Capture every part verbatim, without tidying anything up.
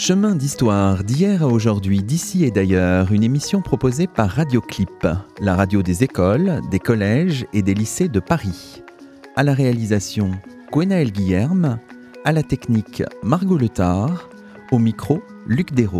Chemin d'histoire, d'hier à aujourd'hui, d'ici et d'ailleurs, une émission proposée par Radioclip, la radio des écoles, des collèges et des lycées de Paris. À la réalisation, Gwenaël Guillerme, à la technique, Margot Letard, au micro, Luc Dérault.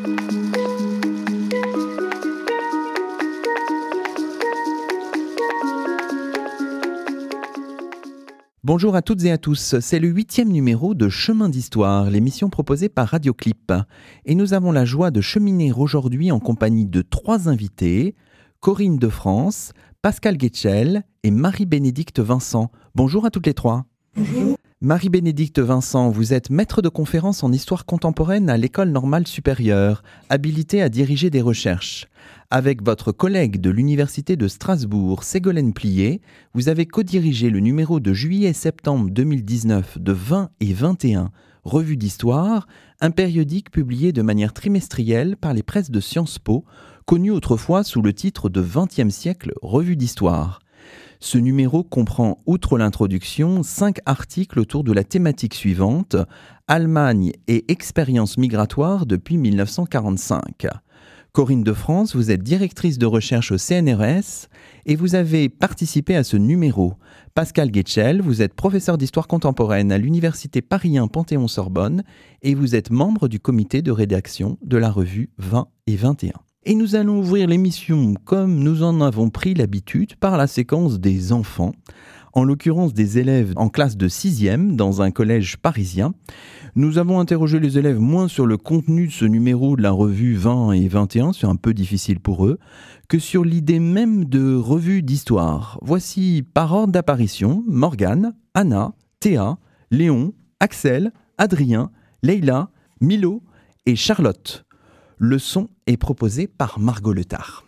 Bonjour à toutes et à tous, c'est le huitième numéro de Chemin d'Histoire, l'émission proposée par Radioclip. Et nous avons la joie de cheminer aujourd'hui en compagnie de trois invités, Corinne de France, Pascal Guetchel et Marie-Bénédicte Vincent. Bonjour à toutes les trois. Bonjour. Marie-Bénédicte Vincent, vous êtes maître de conférences en histoire contemporaine à l'École normale supérieure, habilitée à diriger des recherches. Avec votre collègue de l'Université de Strasbourg, Ségolène Plié, vous avez co-dirigé le numéro de juillet-septembre deux mille dix-neuf de vingt et vingt et un, Revue d'Histoire, un périodique publié de manière trimestrielle par les presses de Sciences Po, connu autrefois sous le titre de vingtième siècle Revue d'Histoire. Ce numéro comprend, outre l'introduction, cinq articles autour de la thématique suivante, Allemagne et expérience migratoire depuis mille neuf cent quarante-cinq. Corinne de France, vous êtes directrice de recherche au C N R S et vous avez participé à ce numéro. Pascal Guetchel, vous êtes professeur d'histoire contemporaine à l'Université Paris un Panthéon-Sorbonne et vous êtes membre du comité de rédaction de la revue vingt et vingt et un. Et nous allons ouvrir l'émission comme nous en avons pris l'habitude par la séquence des enfants, en l'occurrence des élèves en classe de sixième dans un collège parisien. Nous avons interrogé les élèves moins sur le contenu de ce numéro de la revue vingt et vingt et un, c'est un peu difficile pour eux, que sur l'idée même de revue d'histoire. Voici par ordre d'apparition Morgane, Anna, Théa, Léon, Axel, Adrien, Leïla, Milo et Charlotte. Le son est proposé par Margot Letard.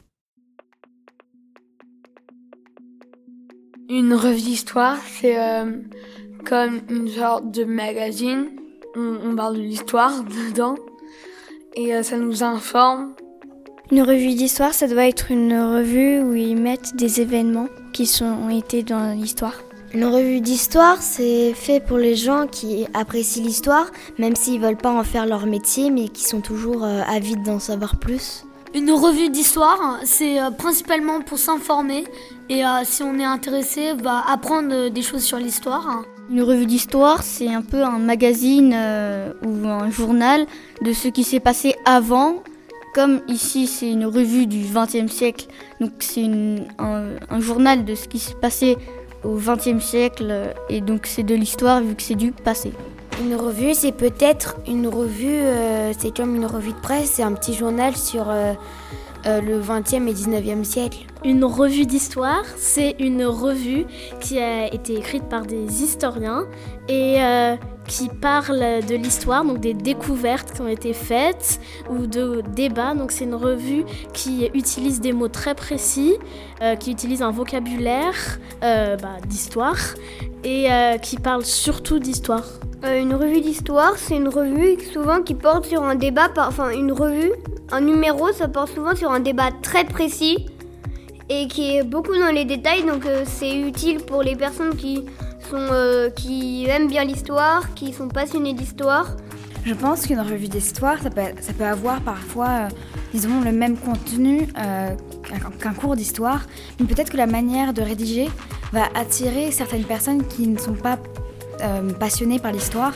Une revue d'histoire, c'est euh, comme une sorte de magazine. On, on parle de l'histoire dedans et euh, ça nous informe. Une revue d'histoire, ça doit être une revue où ils mettent des événements qui sont, ont été dans l'histoire. Une revue d'histoire, c'est fait pour les gens qui apprécient l'histoire, même s'ils ne veulent pas en faire leur métier, mais qui sont toujours euh, avides d'en savoir plus. Une revue d'histoire, c'est euh, principalement pour s'informer et euh, si on est intéressé, bah, apprendre des choses sur l'histoire. Une revue d'histoire, c'est un peu un magazine euh, ou un journal de ce qui s'est passé avant. Comme ici, c'est une revue du vingtième siècle, donc c'est une, un, un journal de ce qui s'est passé au vingtième siècle, et donc c'est de l'histoire vu que c'est du passé. Une revue, c'est peut-être une revue, euh, c'est comme une revue de presse, c'est un petit journal sur euh, euh, le vingtième et dix-neuvième siècle. Une revue d'histoire, c'est une revue qui a été écrite par des historiens et euh, qui parle de l'histoire, donc des découvertes qui ont été faites ou de débats. Donc c'est une revue qui utilise des mots très précis, euh, qui utilise un vocabulaire euh, bah, d'histoire et euh, qui parle surtout d'histoire. Euh, une revue d'histoire, c'est une revue souvent qui porte sur un débat, par, enfin une revue, un numéro, ça porte souvent sur un débat très précis et qui est beaucoup dans les détails, donc euh, c'est utile pour les personnes qui sont euh, qui aiment bien l'histoire, qui sont passionnées d'histoire. Je pense qu'une revue d'histoire, ça peut, ça peut avoir parfois, euh, disons, le même contenu euh, qu'un, qu'un cours d'histoire, mais peut-être que la manière de rédiger va attirer certaines personnes qui ne sont pas euh, passionnées par l'histoire.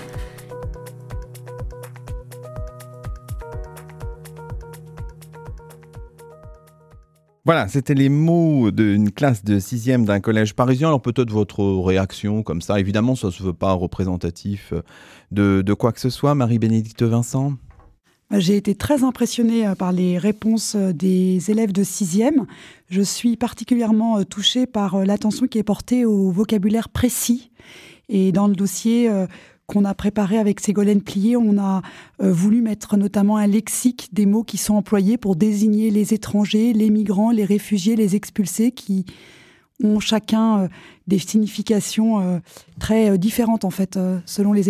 Voilà, c'était les mots d'une classe de sixième d'un collège parisien. Alors peut-être votre réaction comme ça. Évidemment, ça ne se veut pas représentatif de, de quoi que ce soit. Marie-Bénédicte Vincent ? J'ai été très impressionnée par les réponses des élèves de sixième. Je suis particulièrement touchée par l'attention qui est portée au vocabulaire précis. Et dans le dossier qu'on a préparé avec Ségolène Plié, on a euh, voulu mettre notamment un lexique des mots qui sont employés pour désigner les étrangers, les migrants, les réfugiés, les expulsés, qui ont chacun euh, des significations euh, très euh, différentes en fait, euh, selon les époques.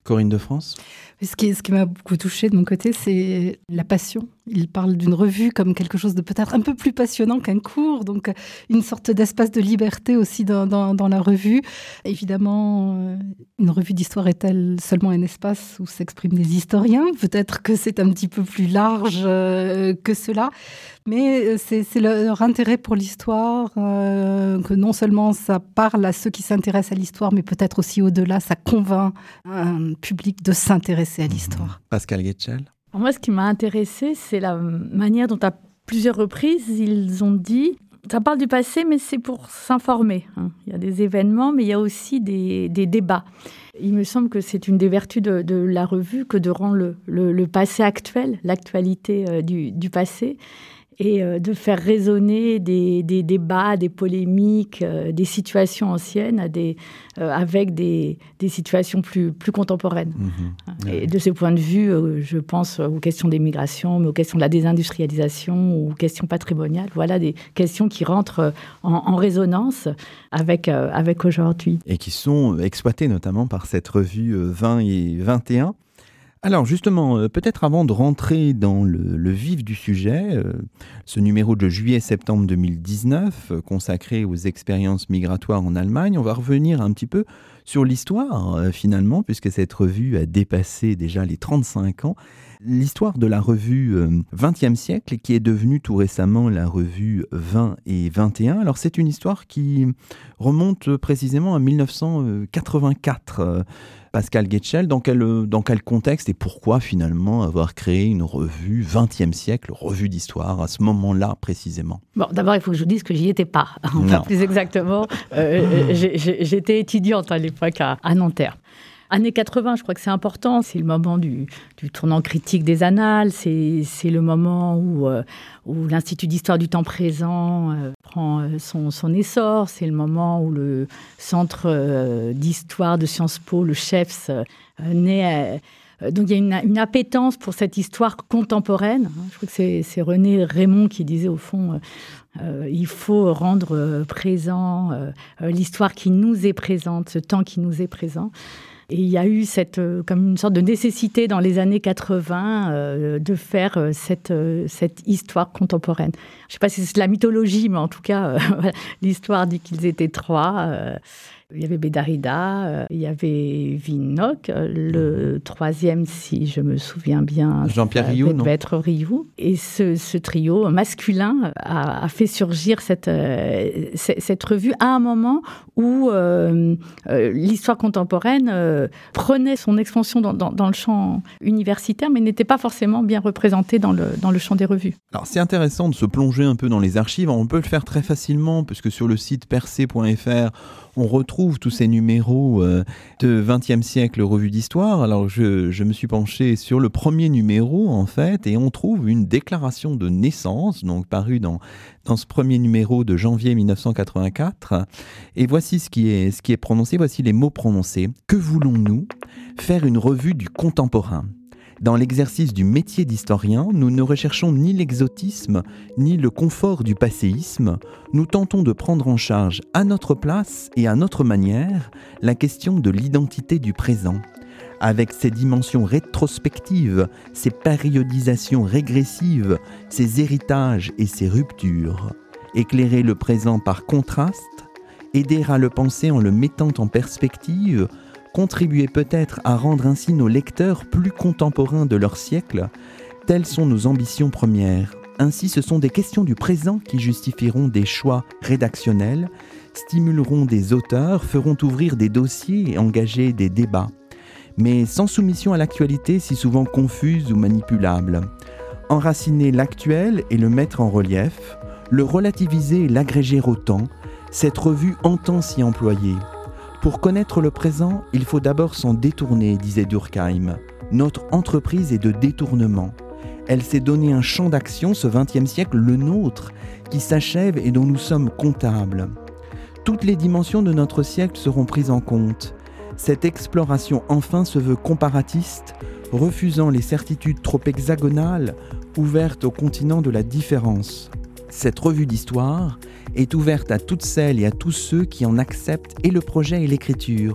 Corinne de France ? Ce qui, ce qui m'a beaucoup touchée de mon côté, c'est la passion. Il parle d'une revue comme quelque chose de peut-être un peu plus passionnant qu'un cours, donc une sorte d'espace de liberté aussi dans, dans, dans la revue. Évidemment, une revue d'histoire est-elle seulement un espace où s'expriment des historiens ? Peut-être que c'est un petit peu plus large euh, que cela, mais c'est, c'est leur intérêt pour l'histoire, euh, que non seulement ça parle à ceux qui s'intéressent à l'histoire, mais peut-être aussi au-delà, ça convainc un public de s'intéresser à l'histoire. Pascal Guetschel ? Moi, ce qui m'a intéressée, c'est la manière dont, à plusieurs reprises, ils ont dit... Ça parle du passé, mais c'est pour s'informer. Hein. Il y a des événements, mais il y a aussi des, des débats. Il me semble que c'est une des vertus de, de la revue que de rendre le, le, le passé actuel, l'actualité euh, du, du passé, et euh, de faire résonner des, des débats, des polémiques, euh, des situations anciennes à des, euh, avec des, des situations plus, plus contemporaines. Mmh. Et de ce point de vue, euh, je pense aux questions des migrations, mais aux questions de la désindustrialisation, aux questions patrimoniales. Voilà des questions qui rentrent en, en résonance avec, euh, avec aujourd'hui. Et qui sont exploitées notamment par cette revue vingt et vingt et un. Alors justement, euh, peut-être avant de rentrer dans le, le vif du sujet, euh, ce numéro de juillet-septembre deux mille dix-neuf, euh, consacré aux expériences migratoires en Allemagne, on va revenir un petit peu sur l'histoire euh, finalement, puisque cette revue a dépassé déjà les trente-cinq ans. L'histoire de la revue euh, vingtième siècle, qui est devenue tout récemment la revue vingt et vingt et un. Alors c'est une histoire qui remonte précisément à mille neuf cent quatre-vingt-quatre. Euh, Pascal Guetschel, dans quel, dans quel contexte et pourquoi finalement avoir créé une revue vingtième siècle, revue d'histoire, à ce moment-là précisément ? Bon, d'abord, il faut que je vous dise que j'y étais pas. Enfin, plus exactement, euh, j'ai, j'ai, j'étais étudiante à l'époque à, à Nanterre. Années quatre-vingts, je crois que c'est important. C'est le moment du, du tournant critique des annales. C'est, c'est le moment où, euh, où l'Institut d'histoire du temps présent euh, prend son, son essor. C'est le moment où le Centre euh, d'histoire de Sciences Po, le C H E F S, euh, naît. Euh, donc il y a une, une appétence pour cette histoire contemporaine. Je crois que c'est, c'est René Raymond qui disait au fond... Euh, Euh, il faut rendre euh, présent euh, l'histoire qui nous est présente, ce temps qui nous est présent. Et il y a eu cette, euh, comme une sorte de nécessité dans les années quatre-vingts euh, de faire euh, cette, euh, cette histoire contemporaine. Je ne sais pas si c'est de la mythologie, mais en tout cas, euh, l'histoire dit qu'ils étaient trois. Euh, il y avait Bédarida, euh, il y avait Vinocq, euh, le troisième, si je me souviens bien, Jean-Pierre Rioux, non ? devait être Rioux. Et ce, ce trio masculin a, a fait surgir cette, euh, cette revue à un moment où euh, euh, l'histoire contemporaine euh, prenait son expansion dans, dans, dans le champ universitaire, mais n'était pas forcément bien représentée dans le, dans le champ des revues. Alors c'est intéressant de se plonger un peu dans les archives. On peut le faire très facilement, puisque sur le site percé point f r, on retrouve tous ces numéros euh, de vingtième siècle revue d'histoire. Alors je, je me suis penché sur le premier numéro en fait, et on trouve une déclaration de naissance, donc parue dans, dans ce premier numéro de janvier mille neuf cent quatre-vingt-quatre. Et voici ce qui est, ce qui est prononcé, voici les mots prononcés. Que voulons-nous ? Faire une revue du contemporain. Dans l'exercice du métier d'historien, nous ne recherchons ni l'exotisme, ni le confort du passéisme. Nous tentons de prendre en charge, à notre place et à notre manière, la question de l'identité du présent. Avec ses dimensions rétrospectives, ses périodisations régressives, ses héritages et ses ruptures. Éclairer le présent par contraste, aider à le penser en le mettant en perspective, contribuer peut-être à rendre ainsi nos lecteurs plus contemporains de leur siècle, telles sont nos ambitions premières. Ainsi, ce sont des questions du présent qui justifieront des choix rédactionnels, stimuleront des auteurs, feront ouvrir des dossiers et engager des débats. Mais sans soumission à l'actualité si souvent confuse ou manipulable. Enraciner l'actuel et le mettre en relief, le relativiser et l'agréger au temps, cette revue entend s'y employer. Pour connaître le présent, il faut d'abord s'en détourner, disait Durkheim. Notre entreprise est de détournement. Elle s'est donné un champ d'action, ce vingtième siècle, le nôtre, qui s'achève et dont nous sommes comptables. Toutes les dimensions de notre siècle seront prises en compte. Cette exploration enfin se veut comparatiste, refusant les certitudes trop hexagonales, ouvertes au continent de la différence. Cette revue d'histoire est ouverte à toutes celles et à tous ceux qui en acceptent et le projet et l'écriture,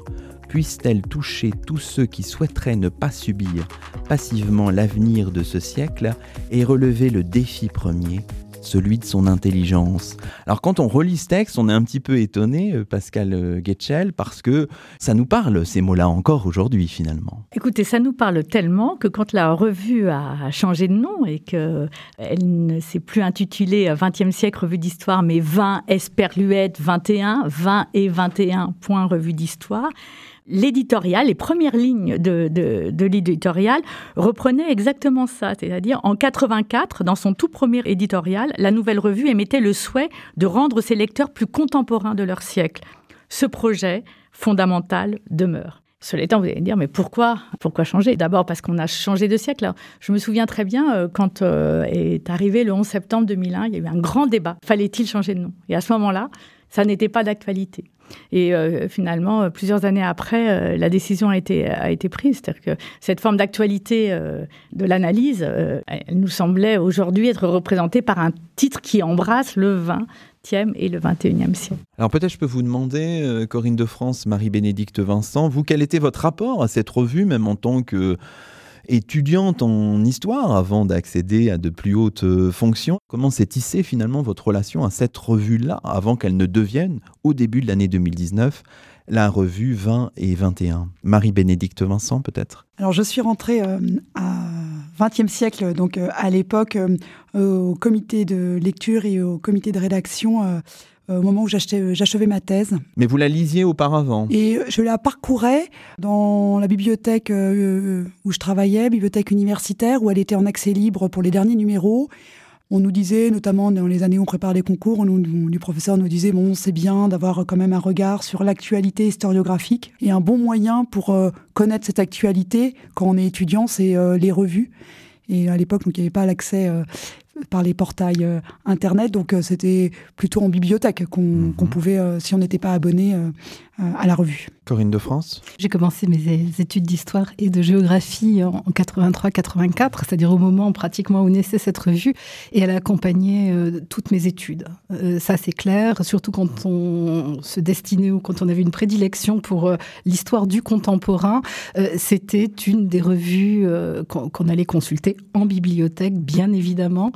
puisse-t-elle toucher tous ceux qui souhaiteraient ne pas subir passivement l'avenir de ce siècle et relever le défi premier, celui de son intelligence. Alors quand on relit ce texte, on est un petit peu étonné, Pascale Guetschel, parce que ça nous parle, ces mots-là, encore aujourd'hui, finalement. Écoutez, ça nous parle tellement que quand la revue a changé de nom et qu'elle ne s'est plus intitulée vingtième siècle revue d'histoire, mais vingt Esperluette vingt et un, vingt et vingt et un point revue d'histoire, l'éditorial, les premières lignes de, de, de l'éditorial reprenaient exactement ça. C'est-à-dire, en quatre-vingt-quatre, dans son tout premier éditorial, la Nouvelle Revue émettait le souhait de rendre ses lecteurs plus contemporains de leur siècle. Ce projet fondamental demeure. Cela étant, vous allez me dire, mais pourquoi, pourquoi changer ? D'abord parce qu'on a changé de siècle. Je me souviens très bien, euh, quand euh, est arrivé le onze septembre deux mille un, il y a eu un grand débat. Fallait-il changer de nom ? Et à ce moment-là, ça n'était pas d'actualité. Et euh, finalement, plusieurs années après, euh, la décision a été, a été prise. C'est-à-dire que cette forme d'actualité euh, de l'analyse, euh, elle nous semblait aujourd'hui être représentée par un titre qui embrasse le vingtième et le vingt et unième siècle. Alors peut-être je peux vous demander, euh, Corinne de France, Marie-Bénédicte Vincent, vous, quel était votre rapport à cette revue, même en tant que étudiante en histoire, avant d'accéder à de plus hautes euh, fonctions? Comment s'est tissée finalement votre relation à cette revue-là, avant qu'elle ne devienne, au début de l'année deux mille dix-neuf, la revue vingt et vingt et un? Marie-Bénédicte Vincent, peut-être? Alors, je suis rentrée euh, à vingtième siècle, donc euh, à l'époque, euh, au comité de lecture et au comité de rédaction, euh, au moment où j'achevais ma thèse. Mais vous la lisiez auparavant? Et je la parcourais dans la bibliothèque euh, où je travaillais, bibliothèque universitaire, où elle était en accès libre pour les derniers numéros. On nous disait, notamment dans les années où on prépare les concours, on nous, les professeurs nous disaient, bon, c'est bien d'avoir quand même un regard sur l'actualité historiographique. Et un bon moyen pour euh, connaître cette actualité, quand on est étudiant, c'est euh, les revues. Et à l'époque, donc, il n'y avait pas l'accès euh, par les portails euh, Internet, donc euh, c'était plutôt en bibliothèque qu'on, mmh. qu'on pouvait, euh, si on n'était pas abonné euh, euh, à la revue. Corinne de France? J'ai commencé mes études d'histoire et de géographie en quatre-vingt-trois quatre-vingt-quatre, c'est-à-dire au moment pratiquement où naissait cette revue, et elle a accompagné euh, toutes mes études. Euh, ça, c'est clair, surtout quand on se destinait ou quand on avait une prédilection pour euh, l'histoire du contemporain. Euh, c'était une des revues euh, qu'on, qu'on allait consulter en bibliothèque, bien évidemment.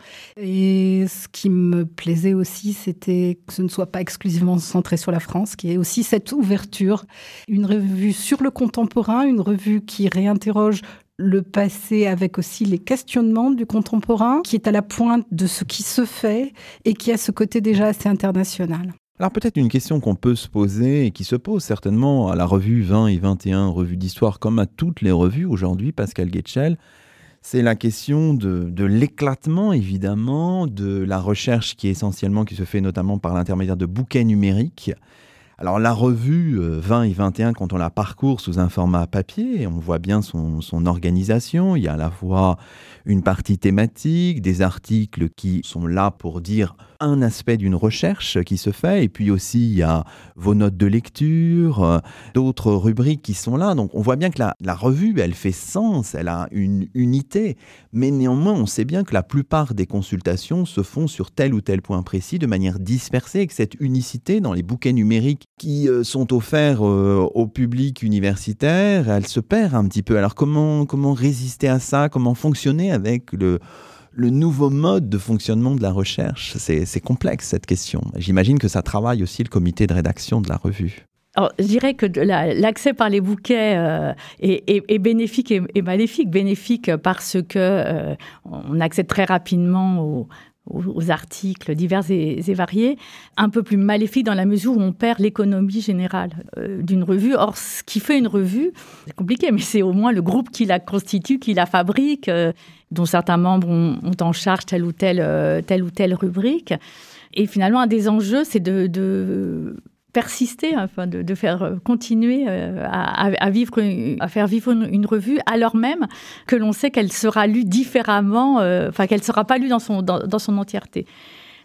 Et ce qui me plaisait aussi, c'était que ce ne soit pas exclusivement centré sur la France, qu'il y ait aussi cette ouverture. Une revue sur le contemporain, une revue qui réinterroge le passé avec aussi les questionnements du contemporain, qui est à la pointe de ce qui se fait et qui a ce côté déjà assez international. Alors peut-être une question qu'on peut se poser et qui se pose certainement à la revue vingt et vingt et un, revue d'histoire, comme à toutes les revues aujourd'hui, Pascale Guetschel. C'est la question de, de l'éclatement, évidemment, de la recherche qui est essentiellement, qui se fait notamment par l'intermédiaire de bouquets numériques. Alors la revue vingt et vingt et un, quand on la parcourt sous un format papier, on voit bien son, son organisation. Il y a à la fois une partie thématique, des articles qui sont là pour dire un aspect d'une recherche qui se fait, et puis aussi il y a vos notes de lecture, euh, d'autres rubriques qui sont là. Donc on voit bien que la, la revue, elle fait sens, elle a une unité, mais néanmoins on sait bien que la plupart des consultations se font sur tel ou tel point précis de manière dispersée, et que cette unicité dans les bouquets numériques qui euh, sont offerts euh, au public universitaire, elle se perd un petit peu. Alors comment, comment résister à ça? Comment fonctionner avec le... le nouveau mode de fonctionnement de la recherche? C'est, c'est complexe, cette question. J'imagine que ça travaille aussi le comité de rédaction de la revue. Alors, je dirais que la, l'accès par les bouquets euh, est, est, est bénéfique et, et maléfique. Bénéfique parce que euh, on accède très rapidement aux, aux articles divers et, et variés. Un peu plus maléfique dans la mesure où on perd l'économie générale euh, d'une revue. Or, ce qui fait une revue, c'est compliqué, mais c'est au moins le groupe qui la constitue, qui la fabrique, euh, dont certains membres ont, ont en charge telle ou telle, euh, telle ou telle rubrique. Et finalement, un des enjeux, c'est de... de persister, enfin de, de faire continuer à, à, vivre, à faire vivre une, une revue, alors même que l'on sait qu'elle sera lue différemment, euh, enfin qu'elle ne sera pas lue dans son, dans, dans son entièreté.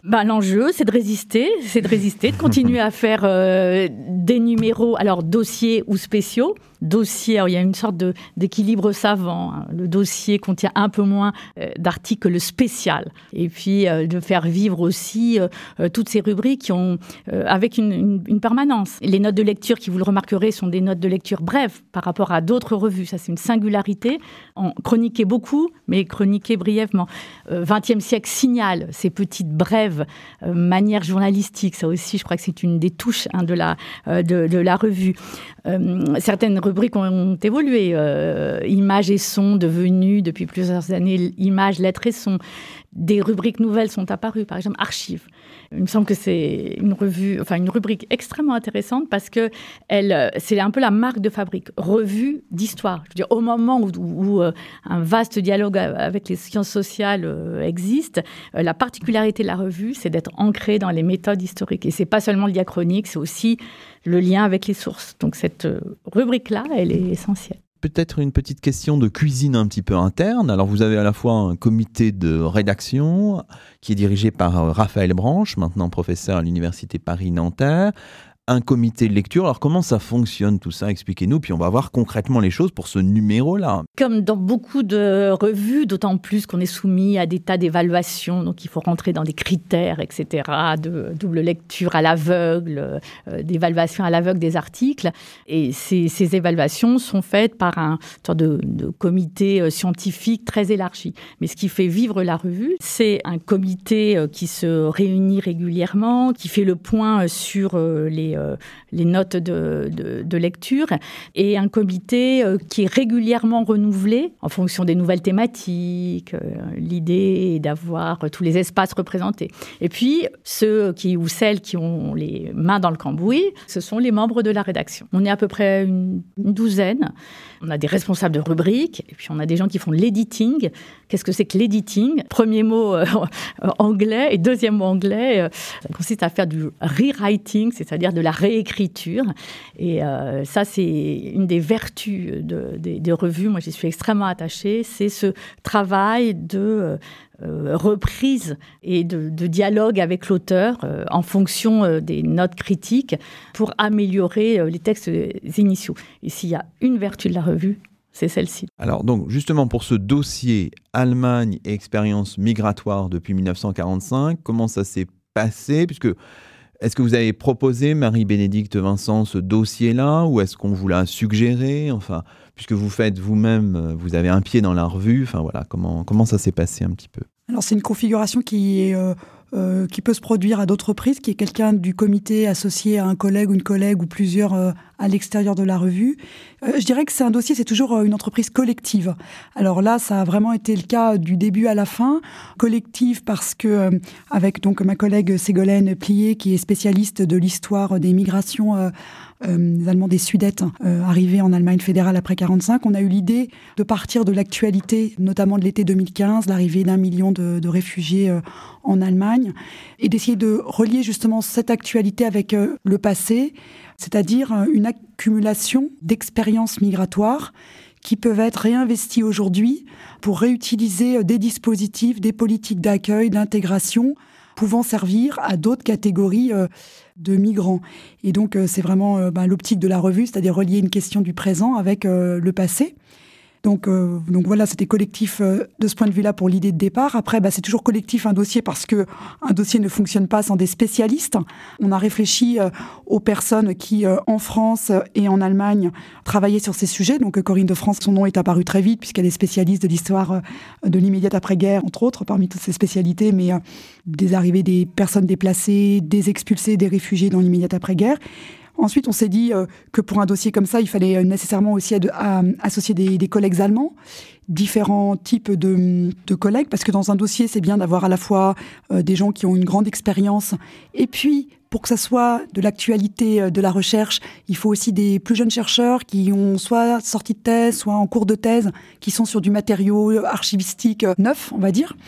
Ben, l'enjeu, c'est de résister, c'est de résister, de continuer à faire euh, des numéros, alors dossiers ou spéciaux. Dossier, alors il y a une sorte de, d'équilibre savant. Hein. Le dossier contient un peu moins euh, d'articles que le spécial. Et puis euh, de faire vivre aussi euh, euh, toutes ces rubriques qui ont, euh, avec une, une, une permanence. Les notes de lecture, qui vous le remarquerez, sont des notes de lecture brèves par rapport à d'autres revues. Ça, c'est une singularité. On chroniquait beaucoup, mais chroniquait brièvement. Euh, vingtième siècle signale ces petites brèves euh, manières journalistiques. Ça aussi, je crois que c'est une des touches hein, de, la, euh, de, de la revue. Euh, certaines rubriques ont évolué. Euh, images et sons devenus depuis plusieurs années images, lettres et sons. Des rubriques nouvelles sont apparues, par exemple archives. Il me semble que c'est une revue, enfin une rubrique extrêmement intéressante parce que elle, c'est un peu la marque de fabrique. Revue d'histoire. Je veux dire, au moment où, où, où euh, un vaste dialogue avec les sciences sociales euh, existe, euh, la particularité de la revue, c'est d'être ancrée dans les méthodes historiques. Et c'est pas seulement le diachronique, c'est aussi le lien avec les sources. Donc cette euh, rubrique-là, elle est essentielle. Peut-être une petite question de cuisine un petit peu interne. Alors, vous avez à la fois un comité de rédaction qui est dirigé par Raphaël Branche, maintenant professeur à l'Université Paris-Nanterre, un comité de lecture. Alors, comment ça fonctionne tout ça? Expliquez-nous, puis on va voir concrètement les choses pour ce numéro-là. Comme dans beaucoup de revues, d'autant plus qu'on est soumis à des tas d'évaluations, donc il faut rentrer dans des critères, et cetera, de double lecture à l'aveugle, euh, d'évaluation à l'aveugle des articles. Et ces, ces évaluations sont faites par un sorte de, de comité scientifique très élargi. Mais ce qui fait vivre la revue, c'est un comité qui se réunit régulièrement, qui fait le point sur les Euh, les notes de, de, de lecture, et un comité euh, qui est régulièrement renouvelé en fonction des nouvelles thématiques. Euh, l'idée est d'avoir tous les espaces représentés. Et puis, ceux qui, ou celles qui ont les mains dans le cambouis, ce sont les membres de la rédaction. On est à peu près une, une douzaine. On a des responsables de rubriques, et puis on a des gens qui font l'editing. Qu'est-ce que c'est que l'editing? Premier mot euh, anglais, et deuxième mot anglais, euh, ça consiste à faire du rewriting, c'est-à-dire de la réécriture. Et euh, ça, c'est une des vertus de, de, des revues. Moi, j'y suis extrêmement attachée. C'est ce travail de euh, reprise et de, de dialogue avec l'auteur euh, en fonction euh, des notes critiques pour améliorer euh, les textes initiaux. Et s'il y a une vertu de la revue, c'est celle-ci. Alors donc justement pour ce dossier Allemagne et expérience migratoire depuis dix-neuf cent quarante-cinq, comment ça s'est passé? Puisque est-ce que vous avez proposé, Marie-Bénédicte Vincent, ce dossier-là, ou est-ce qu'on vous l'a suggéré? Enfin, puisque vous faites vous-même, vous avez un pied dans la revue. Enfin voilà, comment comment ça s'est passé un petit peu? Alors c'est une configuration qui est euh, euh, qui peut se produire à d'autres reprises, qui est quelqu'un du comité associé à un collègue ou une collègue ou plusieurs euh, à l'extérieur de la revue. Euh, je dirais que c'est un dossier, c'est toujours une entreprise collective. Alors là, ça a vraiment été le cas du début à la fin. Collective parce que, euh, avec donc ma collègue Ségolène Plié, qui est spécialiste de l'histoire des migrations euh, euh, des Allemands des Sudètes euh, arrivés en Allemagne fédérale après quarante-cinq, on a eu l'idée de partir de l'actualité, notamment de l'été deux mille quinze, l'arrivée d'un million de, de réfugiés euh, en Allemagne, et d'essayer de relier justement cette actualité avec euh, le passé, c'est-à-dire une accumulation d'expériences migratoires qui peuvent être réinvesties aujourd'hui pour réutiliser des dispositifs, des politiques d'accueil, d'intégration, pouvant servir à d'autres catégories de migrants. Et donc, c'est vraiment bah, l'optique de la revue, c'est-à-dire relier une question du présent avec euh, le passé. Donc, euh, donc voilà, c'était collectif euh, de ce point de vue-là pour l'idée de départ. Après, bah, c'est toujours collectif un dossier parce que un dossier ne fonctionne pas sans des spécialistes. On a réfléchi euh, aux personnes qui, euh, en France et en Allemagne, travaillaient sur ces sujets. Donc Corinne de France, son nom est apparu très vite puisqu'elle est spécialiste de l'histoire euh, de l'immédiate après-guerre, entre autres, parmi toutes ces spécialités, mais euh, des arrivées des personnes déplacées, des expulsés, des réfugiés dans l'immédiate après-guerre. Ensuite, on s'est dit euh, que pour un dossier comme ça, il fallait nécessairement aussi ad- à, associer des, des collègues allemands, différents types de, de collègues, parce que dans un dossier, c'est bien d'avoir à la fois euh, des gens qui ont une grande expérience, et puis, pour que ça soit de l'actualité euh, de la recherche, il faut aussi des plus jeunes chercheurs qui ont soit sorti de thèse, soit en cours de thèse, qui sont sur du matériau archivistique euh, neuf, on va dire.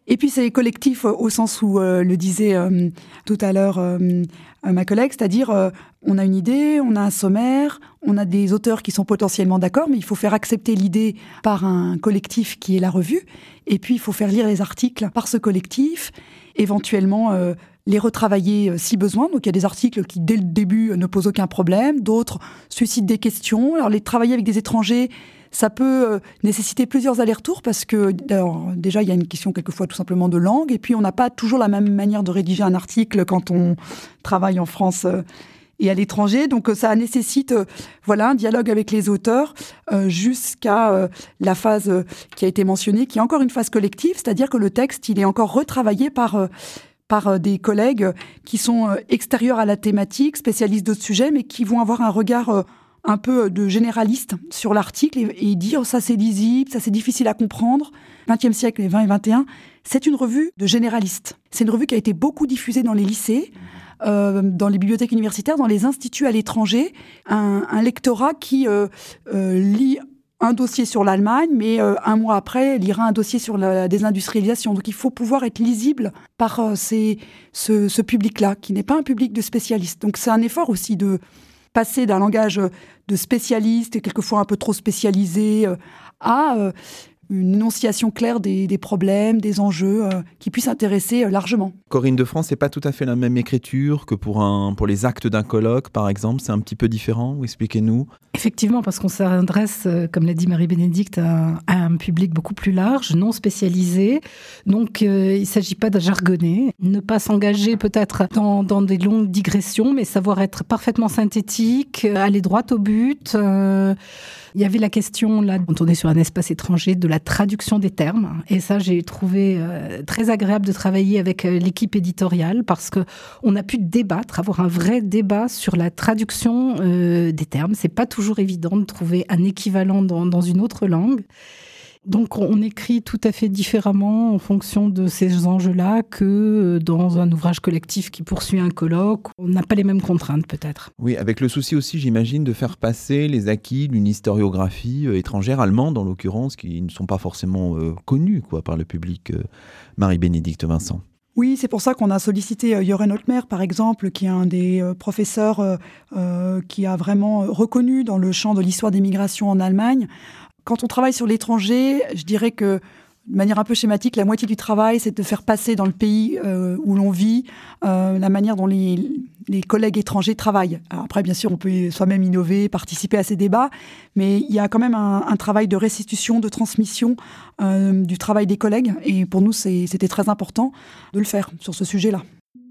Et puis c'est collectif au sens où euh, le disait euh, tout à l'heure euh, ma collègue, c'est-à-dire euh, on a une idée, on a un sommaire, on a des auteurs qui sont potentiellement d'accord, mais il faut faire accepter l'idée par un collectif qui est la revue, et puis il faut faire lire les articles par ce collectif, éventuellement euh, les retravailler euh, si besoin. Donc il y a des articles qui dès le début euh, ne posent aucun problème, d'autres suscitent des questions. Alors les travailler avec des étrangers, ça peut euh, nécessiter plusieurs allers-retours parce que alors, déjà, il y a une question quelquefois tout simplement de langue et puis on n'a pas toujours la même manière de rédiger un article quand on travaille en France euh, et à l'étranger. Donc euh, ça nécessite euh, voilà, un dialogue avec les auteurs euh, jusqu'à euh, la phase euh, qui a été mentionnée, qui est encore une phase collective, c'est-à-dire que le texte, il est encore retravaillé par... Euh, par des collègues qui sont extérieurs à la thématique, spécialistes d'autres sujets, mais qui vont avoir un regard un peu de généraliste sur l'article et, et dire ça c'est lisible, ça c'est difficile à comprendre. vingtième siècle et vingt et vingt et un, c'est une revue de généralistes. C'est une revue qui a été beaucoup diffusée dans les lycées, euh, dans les bibliothèques universitaires, dans les instituts à l'étranger. Un, un lectorat qui euh, euh, lit un dossier sur l'Allemagne, mais euh, un mois après, lira un dossier sur la désindustrialisation. Donc il faut pouvoir être lisible par euh, ces, ce, ce public-là, qui n'est pas un public de spécialistes. Donc c'est un effort aussi de passer d'un langage de spécialiste, et quelquefois un peu trop spécialisé, euh, à euh, une énonciation claire des, des problèmes, des enjeux, euh, qui puissent intéresser euh, largement. Corinne de France, c'est pas tout à fait la même écriture que pour, un, pour les actes d'un colloque, par exemple. C'est un petit peu différent. Expliquez-nous. Effectivement, parce qu'on s'adresse, comme l'a dit Marie-Bénédicte, à, à un public beaucoup plus large, non spécialisé. Donc, euh, il ne s'agit pas de jargonner, ne pas s'engager peut-être dans, dans des longues digressions, mais savoir être parfaitement synthétique, aller droit au but. Euh, il y avait la question, là, quand on est sur un espace étranger, de la traduction des termes. Et ça, j'ai trouvé euh, très agréable de travailler avec euh, l'équipe éditoriale parce qu'on a pu débattre, avoir un vrai débat sur la traduction euh, des termes. C'est pas toujours évident de trouver un équivalent dans, dans une autre langue. Donc on écrit tout à fait différemment en fonction de ces enjeux-là que dans un ouvrage collectif qui poursuit un colloque. On n'a pas les mêmes contraintes peut-être. Oui, avec le souci aussi, j'imagine, de faire passer les acquis d'une historiographie euh, étrangère, allemande en l'occurrence, qui ne sont pas forcément euh, connus quoi, par le public. Euh, Marie-Bénédicte Vincent. Oui, c'est pour ça qu'on a sollicité euh, Joren Holtmer, par exemple, qui est un des euh, professeurs euh, euh, qui a vraiment reconnu dans le champ de l'histoire des migrations en Allemagne. Quand on travaille sur l'étranger, je dirais que, de manière un peu schématique, la moitié du travail, c'est de faire passer dans le pays euh, où l'on vit euh, la manière dont les, les collègues étrangers travaillent. Alors après, bien sûr, on peut soi-même innover, participer à ces débats, mais il y a quand même un, un travail de restitution, de transmission euh, du travail des collègues. Et pour nous, c'est, c'était très important de le faire sur ce sujet-là.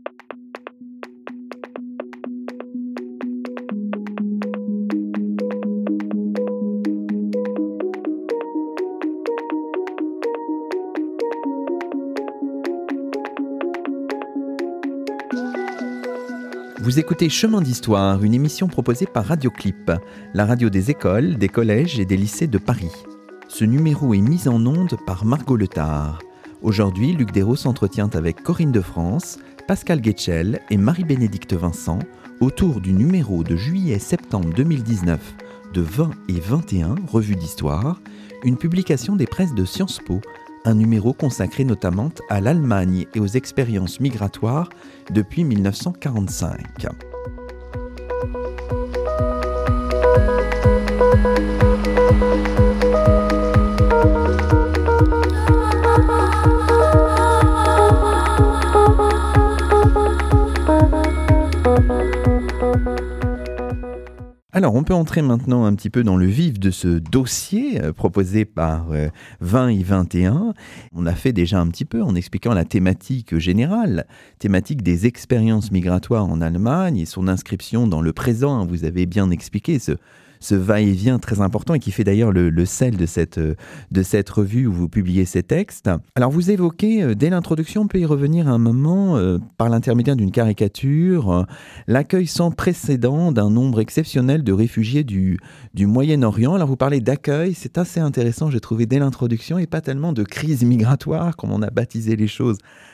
Vous écoutez Chemin d'Histoire, une émission proposée par Radioclip, la radio des écoles, des collèges et des lycées de Paris. Ce numéro est mis en onde par Margot Letard. Aujourd'hui, Luc Dérault s'entretient avec Corinne de France, Pascal Guetchel et Marie-Bénédicte Vincent autour du numéro de juillet-septembre deux mille dix-neuf de vingt et vingt et un, Revue d'Histoire, une publication des presses de Sciences Po, un numéro consacré notamment à l'Allemagne et aux expériences migratoires depuis mille neuf cent quarante-cinq. Alors, on peut entrer maintenant un petit peu dans le vif de ce dossier euh, proposé par euh, vingt et vingt et un. On a fait déjà un petit peu en expliquant la thématique générale, thématique des expériences migratoires en Allemagne et son inscription dans le présent. Vous avez bien expliqué ce, ce va-et-vient très important et qui fait d'ailleurs le, le sel de cette, de cette revue où vous publiez ces textes. Alors, vous évoquez, euh, dès l'introduction, on peut y revenir un moment, euh, par l'intermédiaire d'une caricature, euh, l'accueil sans précédent d'un nombre exceptionnel de réfugiés du, du Moyen-Orient. Alors, vous parlez d'accueil, c'est assez intéressant, j'ai trouvé, dès l'introduction, et pas tellement de crise migratoire, comme on a baptisé les choses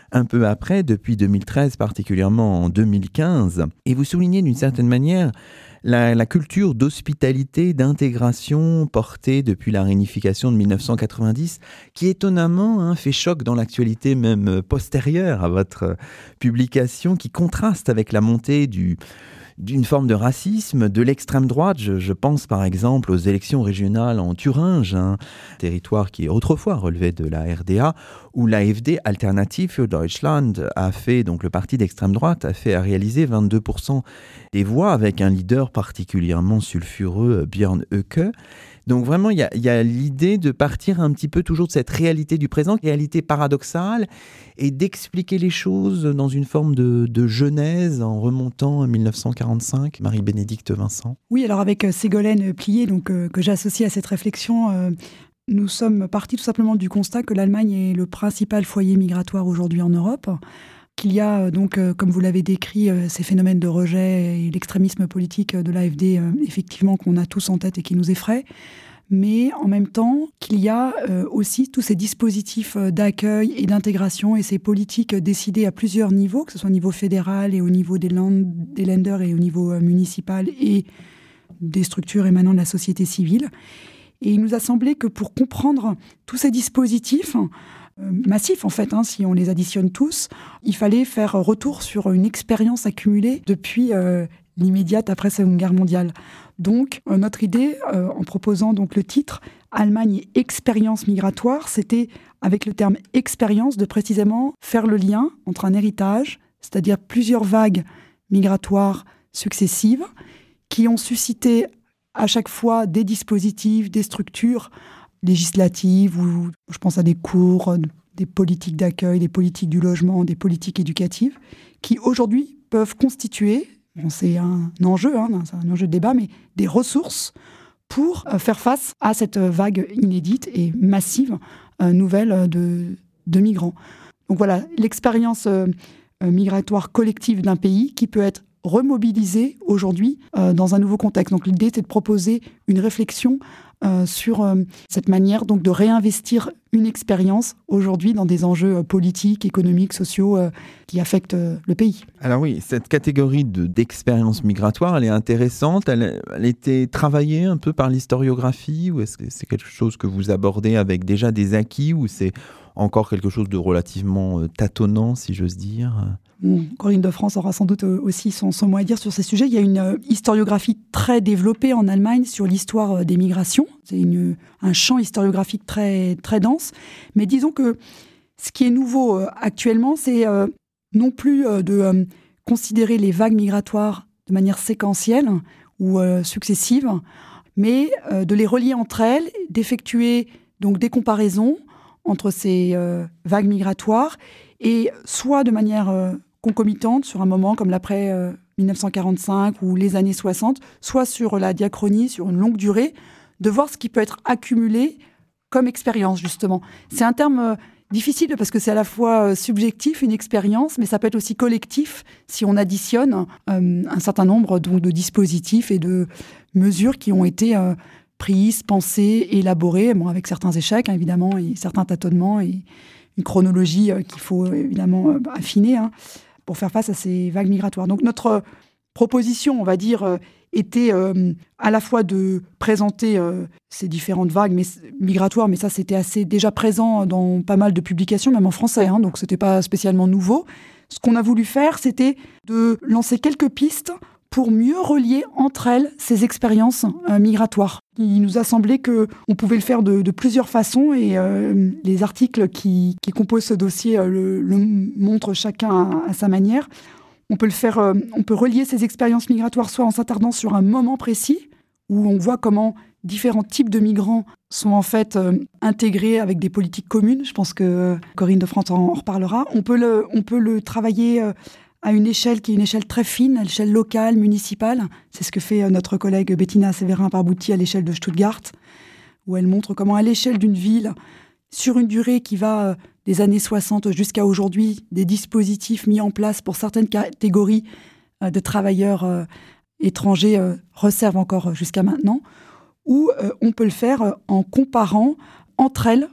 un peu après, depuis deux mille treize, particulièrement en deux mille quinze. Et vous soulignez d'une certaine manière la, la culture d'hospitalité, d'intégration portée depuis la réunification de mille neuf cent quatre-vingt-dix, qui étonnamment hein, fait choc dans l'actualité même postérieure à votre publication, qui contraste avec la montée du... d'une forme de racisme, de l'extrême droite. Je, je pense par exemple aux élections régionales en Thuringe, un territoire qui autrefois relevait de la R D A, où l'A F D, Alternative für Deutschland, a fait, donc le parti d'extrême droite, a fait, a réalisé vingt-deux pour cent des voix avec un leader particulièrement sulfureux, Björn Höcke. Donc vraiment, il y a, y a l'idée de partir un petit peu toujours de cette réalité du présent, réalité paradoxale, et d'expliquer les choses dans une forme de, de genèse en remontant à mille neuf cent quarante-cinq. Marie-Bénédicte Vincent. Oui, alors avec Ségolène Plié, donc, euh, que j'associe à cette réflexion, euh, nous sommes partis tout simplement du constat que l'Allemagne est le principal foyer migratoire aujourd'hui en Europe, qu'il y a donc, euh, comme vous l'avez décrit, euh, ces phénomènes de rejet et l'extrémisme politique de l'A F D, euh, effectivement, qu'on a tous en tête et qui nous effraie, mais en même temps qu'il y a euh, aussi tous ces dispositifs d'accueil et d'intégration et ces politiques décidées à plusieurs niveaux, que ce soit au niveau fédéral et au niveau des, land, des lenders et au niveau euh, municipal et des structures émanant de la société civile. Et il nous a semblé que pour comprendre tous ces dispositifs, euh, massifs en fait, hein, si on les additionne tous, il fallait faire retour sur une expérience accumulée depuis euh, l'immédiate après Seconde Guerre mondiale. Donc, euh, notre idée, euh, en proposant donc le titre « Allemagne et expérience migratoire », c'était, avec le terme « expérience », de précisément faire le lien entre un héritage, c'est-à-dire plusieurs vagues migratoires successives, qui ont suscité à chaque fois des dispositifs, des structures législatives, ou je pense à des cours, des politiques d'accueil, des politiques du logement, des politiques éducatives, qui aujourd'hui peuvent constituer, bon, c'est un enjeu, hein, c'est un enjeu de débat, mais des ressources pour euh, faire face à cette vague inédite et massive euh, nouvelle de, de migrants. Donc voilà, l'expérience euh, migratoire collective d'un pays qui peut être remobilisée aujourd'hui euh, dans un nouveau contexte. Donc l'idée, c'est de proposer une réflexion euh, sur euh, cette manière donc, de réinvestir une expérience aujourd'hui dans des enjeux euh, politiques, économiques, sociaux euh, qui affectent euh, le pays. Alors oui, cette catégorie de, d'expérience migratoire, elle est intéressante. Elle, elle était travaillée un peu par l'historiographie, ou est-ce que c'est quelque chose que vous abordez avec déjà des acquis, ou c'est encore quelque chose de relativement euh, tâtonnant, si j'ose dire ? Bon, Corinne de France aura sans doute aussi son, son mot à dire sur ces sujets. Il y a une euh, historiographie très développée en Allemagne sur l'histoire euh, des migrations. C'est une, un champ historiographique très, très dense. Mais disons que ce qui est nouveau euh, actuellement, c'est euh, non plus euh, de euh, considérer les vagues migratoires de manière séquentielle ou euh, successive, mais euh, de les relier entre elles, d'effectuer donc des comparaisons entre ces euh, vagues migratoires, et soit de manière euh, concomitante sur un moment comme l'après euh, dix-neuf cent quarante-cinq ou les années soixante, soit sur la diachronie, sur une longue durée, de voir ce qui peut être accumulé comme expérience, justement. C'est un terme euh, difficile parce que c'est à la fois euh, subjectif, une expérience, mais ça peut être aussi collectif si on additionne euh, un certain nombre donc, de dispositifs et de mesures qui ont été euh, prises, pensées, élaborées, bon, avec certains échecs, hein, évidemment, et certains tâtonnements, et une chronologie euh, qu'il faut évidemment euh, affiner, hein, pour faire face à ces vagues migratoires. Donc notre proposition, on va dire, euh, était euh, à la fois de présenter euh, ces différentes vagues mais, migratoires, mais ça c'était assez déjà présent dans pas mal de publications, même en français, hein, donc c'était pas spécialement nouveau. Ce qu'on a voulu faire, c'était de lancer quelques pistes pour mieux relier entre elles ces expériences euh, migratoires. Il nous a semblé qu'on pouvait le faire de, de plusieurs façons, et euh, les articles qui, qui composent ce dossier euh, le, le montrent chacun à, à sa manière. On peut le faire, euh, on peut relier ces expériences migratoires soit en s'attardant sur un moment précis, où on voit comment différents types de migrants sont en fait euh, intégrés avec des politiques communes. Je pense que euh, Corinne de France en reparlera. On peut le, on peut le travailler euh, à une échelle qui est une échelle très fine, à l'échelle locale, municipale. C'est ce que fait notre collègue Bettina Séverin-Parbouty à l'échelle de Stuttgart, où elle montre comment, à l'échelle d'une ville, sur une durée qui va des années soixante jusqu'à aujourd'hui, des dispositifs mis en place pour certaines catégories de travailleurs étrangers resservent encore jusqu'à maintenant, ou on peut le faire en comparant entre elles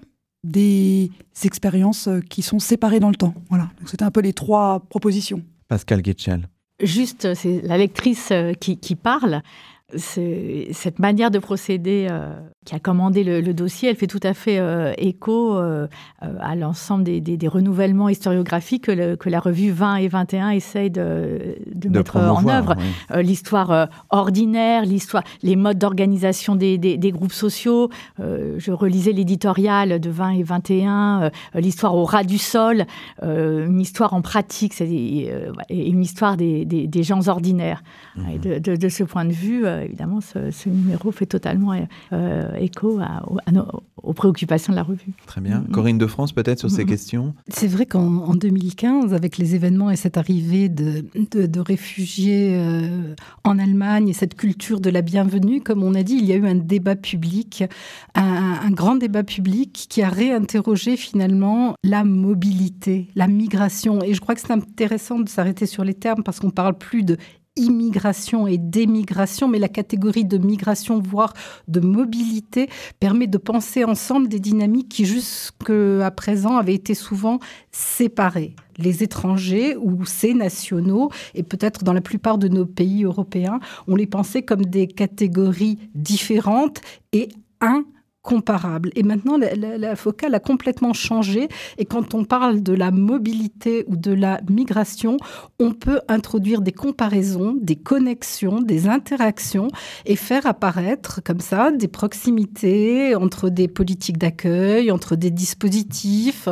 des expériences qui sont séparées dans le temps. Voilà. Donc, c'était un peu les trois propositions. Pascal Guetschel. Juste, c'est la lectrice qui, qui parle. C'est, cette manière de procéder euh, qui a commandé le, le dossier, elle fait tout à fait euh, écho euh, à l'ensemble des, des, des renouvellements historiographiques que, le, que la revue vingt et vingt et un essaye de, de, de mettre en œuvre. Oui. Euh, l'histoire euh, ordinaire, l'histoire, les modes d'organisation des, des, des groupes sociaux. Euh, je relisais l'éditorial de vingt et vingt et un, euh, l'histoire au ras du sol, euh, une histoire en pratique, c'est euh, une histoire des, des, des gens ordinaires. Mmh. Et de, de, de ce point de vue, euh, évidemment, ce, ce numéro fait totalement euh, écho à, à nos, aux préoccupations de la revue. Très bien. Mmh. Corinne de France, peut-être, sur mmh. ces questions ? C'est vrai qu'en en deux mille quinze, avec les événements et cette arrivée de, de, de réfugiés euh, en Allemagne et cette culture de la bienvenue, comme on a dit, il y a eu un débat public, un, un grand débat public qui a réinterrogé finalement la mobilité, la migration. Et je crois que c'est intéressant de s'arrêter sur les termes parce qu'on parle plus de immigration et d'émigration, mais la catégorie de migration, voire de mobilité, permet de penser ensemble des dynamiques qui, jusqu'à présent, avaient été souvent séparées. Les étrangers ou ces nationaux, et peut-être dans la plupart de nos pays européens, on les pensait comme des catégories différentes et un comparable. Et maintenant, la, la, la focale a complètement changé. Et quand on parle de la mobilité ou de la migration, on peut introduire des comparaisons, des connexions, des interactions et faire apparaître comme ça des proximités entre des politiques d'accueil, entre des dispositifs.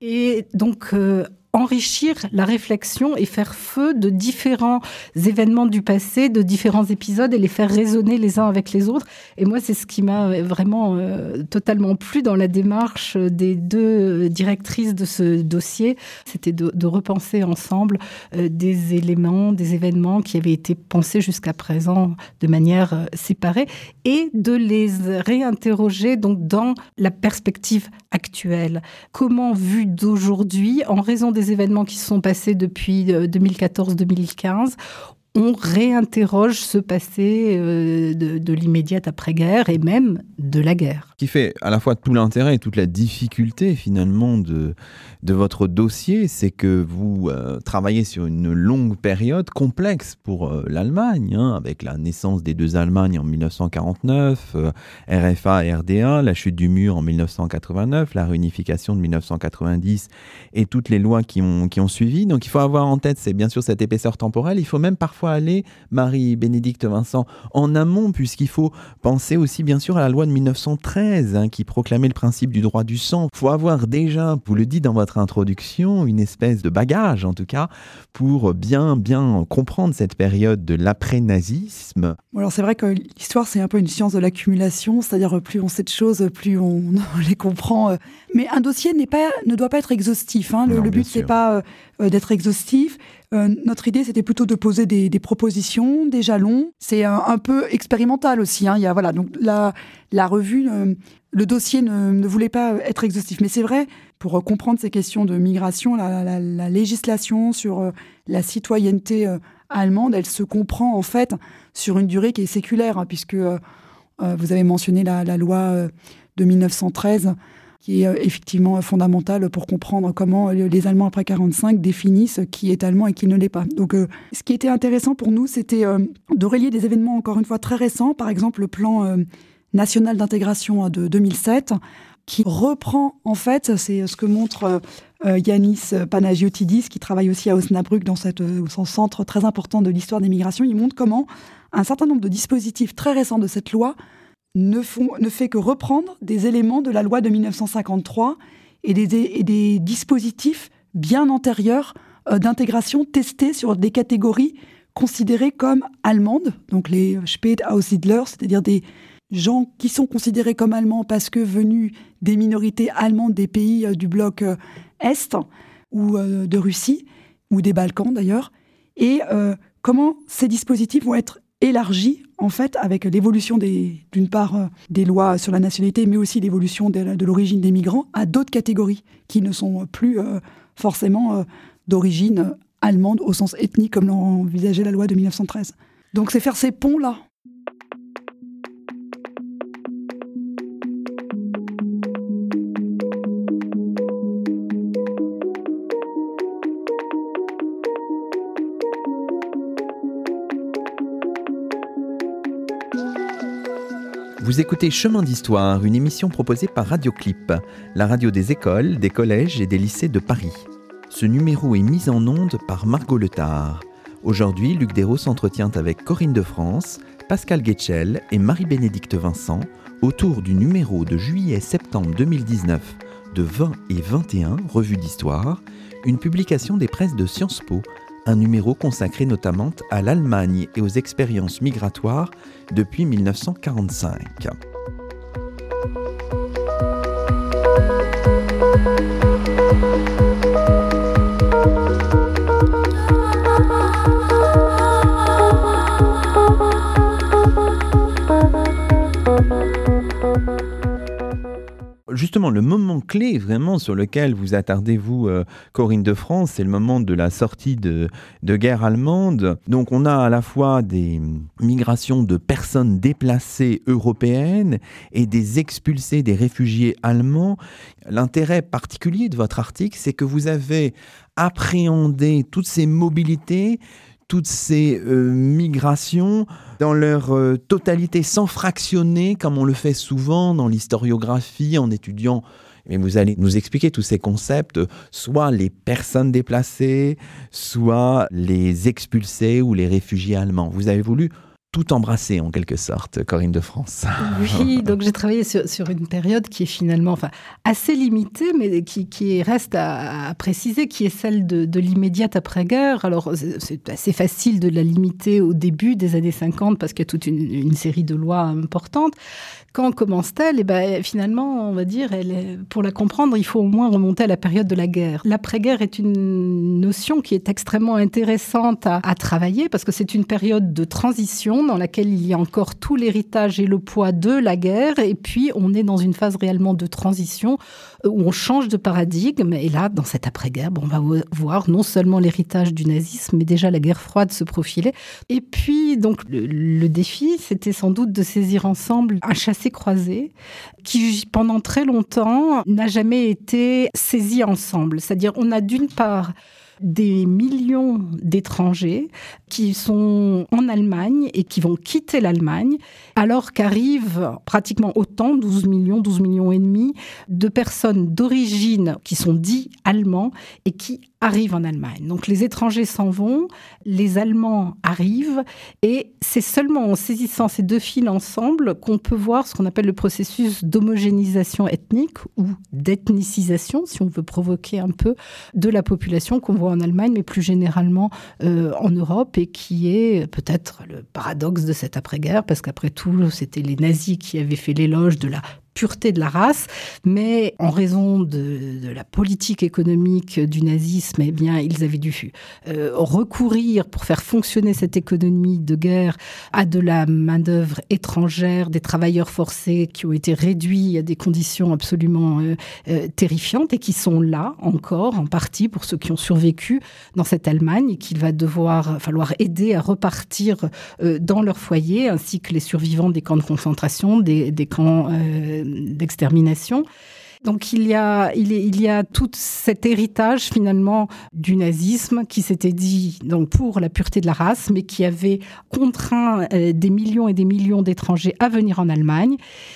Et donc, euh, enrichir la réflexion et faire feu de différents événements du passé, de différents épisodes et les faire résonner les uns avec les autres. Et moi, c'est ce qui m'a vraiment euh, totalement plu dans la démarche des deux directrices de ce dossier. C'était de, de repenser ensemble euh, des éléments, des événements qui avaient été pensés jusqu'à présent de manière euh, séparée et de les réinterroger donc dans la perspective actuelle. Comment, vu d'aujourd'hui, en raison des événements qui se sont passés depuis deux mille quatorze deux mille quinze, on réinterroge ce passé euh, de, de l'immédiate après-guerre et même de la guerre. Qui fait à la fois tout l'intérêt et toute la difficulté finalement de, de votre dossier, c'est que vous euh, travaillez sur une longue période complexe pour euh, l'Allemagne, hein, avec la naissance des deux Allemagnes en dix-neuf cent quarante-neuf, euh, R F A et R D A, la chute du mur en dix-neuf cent quatre-vingt-neuf, la réunification de dix-neuf cent quatre-vingt-dix et toutes les lois qui ont, qui ont suivi. Donc il faut avoir en tête, c'est bien sûr cette épaisseur temporelle, il faut même parfois aller, Marie-Bénédicte Vincent, en amont, puisqu'il faut penser aussi bien sûr à la loi de dix-neuf cent treize, hein, qui proclamait le principe du droit du sang. Il faut avoir déjà, vous le dites dans votre introduction, une espèce de bagage en tout cas, pour bien, bien comprendre cette période de l'après-nazisme. Alors c'est vrai que l'histoire, c'est un peu une science de l'accumulation, c'est-à-dire plus on sait de choses, plus on, on les comprend. Mais un dossier n'est pas, ne doit pas être exhaustif. Hein. Le, non, le but, c'est pas euh, d'être exhaustif. Euh, notre idée, c'était plutôt de poser des, des propositions, des jalons. C'est un, un peu expérimental aussi. Hein. Il y a, voilà, donc la, la revue, euh, le dossier ne, ne voulait pas être exhaustif. Mais c'est vrai, pour comprendre ces questions de migration, la, la, la législation sur euh, la citoyenneté euh, allemande, elle se comprend en fait sur une durée qui est séculaire, hein, puisque euh, euh, vous avez mentionné la, la loi euh, de dix-neuf cent treize, qui est effectivement fondamentale pour comprendre comment les Allemands après quarante-cinq définissent qui est allemand et qui ne l'est pas. Donc, euh, ce qui était intéressant pour nous, c'était euh, de relier des événements, encore une fois, très récents, par exemple le plan euh, national d'intégration de deux mille sept, qui reprend, en fait, c'est ce que montre euh, Yanis Panagiotidis, qui travaille aussi à Osnabrück, dans cette, euh, son centre très important de l'histoire des migrations. Il montre comment un certain nombre de dispositifs très récents de cette loi Ne, font, ne fait que reprendre des éléments de la loi de dix-neuf cent cinquante-trois et des, des, et des dispositifs bien antérieurs euh, d'intégration testés sur des catégories considérées comme allemandes, donc les Spätaussiedler, c'est-à-dire des gens qui sont considérés comme allemands parce que venus des minorités allemandes des pays euh, du bloc euh, Est ou euh, de Russie, ou des Balkans d'ailleurs, et euh, comment ces dispositifs vont être élargi, en fait, avec l'évolution, des, d'une part, euh, des lois sur la nationalité, mais aussi l'évolution de, de l'origine des migrants à d'autres catégories qui ne sont plus euh, forcément euh, d'origine allemande au sens ethnique, comme l'envisageait la loi de dix-neuf cent treize. Donc c'est faire ces ponts-là. Vous écoutez Chemin d'Histoire, une émission proposée par Radioclip, la radio des écoles, des collèges et des lycées de Paris. Ce numéro est mis en onde par Margot Letard. Aujourd'hui, Luc Dérault s'entretient avec Corinne de France, Pascal Guetchel et Marie-Bénédicte Vincent autour du numéro de juillet-septembre deux mille dix-neuf de vingt et vingt et un, Revue d'Histoire, une publication des presses de Sciences Po, un numéro consacré notamment à l'Allemagne et aux expériences migratoires depuis mille neuf cent quarante-cinq. Justement, le moment clé vraiment sur lequel vous attardez-vous, euh, Corinne de France, c'est le moment de la sortie de, de guerre allemande. Donc on a à la fois des migrations de personnes déplacées européennes et des expulsés, des réfugiés allemands. L'intérêt particulier de votre article, c'est que vous avez appréhendé toutes ces mobilités, toutes ces euh, migrations dans leur euh, totalité, sans fractionner, comme on le fait souvent dans l'historiographie, en étudiant, mais vous allez nous expliquer tous ces concepts, soit les personnes déplacées, soit les expulsés ou les réfugiés allemands. Vous avez voulu tout embrasser en quelque sorte, Corinne de France. Oui, donc j'ai travaillé sur, sur une période qui est finalement enfin, assez limitée, mais qui, qui reste à, à préciser, qui est celle de, de l'immédiate après-guerre. Alors c'est assez facile de la limiter au début des années cinquante parce qu'il y a toute une, une série de lois importantes. Quand commence-t-elle ? Eh ben, finalement, on va dire, elle est, pour la comprendre, il faut au moins remonter à la période de la guerre. L'après-guerre est une notion qui est extrêmement intéressante à, à travailler parce que c'est une période de transition dans laquelle il y a encore tout l'héritage et le poids de la guerre. Et puis, on est dans une phase réellement de transition où on change de paradigme. Et là, dans cette après-guerre, bon, on va voir non seulement l'héritage du nazisme, mais déjà la guerre froide se profiler. Et puis, donc, le, le défi, c'était sans doute de saisir ensemble un chassé-croisé qui, pendant très longtemps, n'a jamais été saisi ensemble. C'est-à-dire, on a d'une part des millions d'étrangers qui sont en Allemagne et qui vont quitter l'Allemagne, alors qu'arrivent pratiquement autant, douze millions, douze millions et demi, de personnes d'origine qui sont dits allemands et qui arrivent en Allemagne. Donc les étrangers s'en vont, les Allemands arrivent, et c'est seulement en saisissant ces deux fils ensemble qu'on peut voir ce qu'on appelle le processus d'homogénéisation ethnique ou d'ethnicisation, si on veut provoquer un peu, de la population qu'on voit en Allemagne, mais plus généralement euh, en Europe, et qui est peut-être le paradoxe de cette après-guerre, parce qu'après tout, c'était les nazis qui avaient fait l'éloge de la pureté de la race, mais en raison de, de la politique économique du nazisme, eh bien, ils avaient dû euh, recourir pour faire fonctionner cette économie de guerre à de la main-d'œuvre étrangère, des travailleurs forcés qui ont été réduits à des conditions absolument euh, euh, terrifiantes et qui sont là encore, en partie, pour ceux qui ont survécu dans cette Allemagne et qu'il va devoir falloir aider à repartir euh, dans leur foyer, ainsi que les survivants des camps de concentration, des, des camps euh, d'extermination. Donc il y a, il, est, il y a tout cet héritage finalement du nazisme qui s'était dit donc, pour la pureté de la race, mais qui avait contraint euh, des millions et des millions d'étrangers à venir en Allemagne.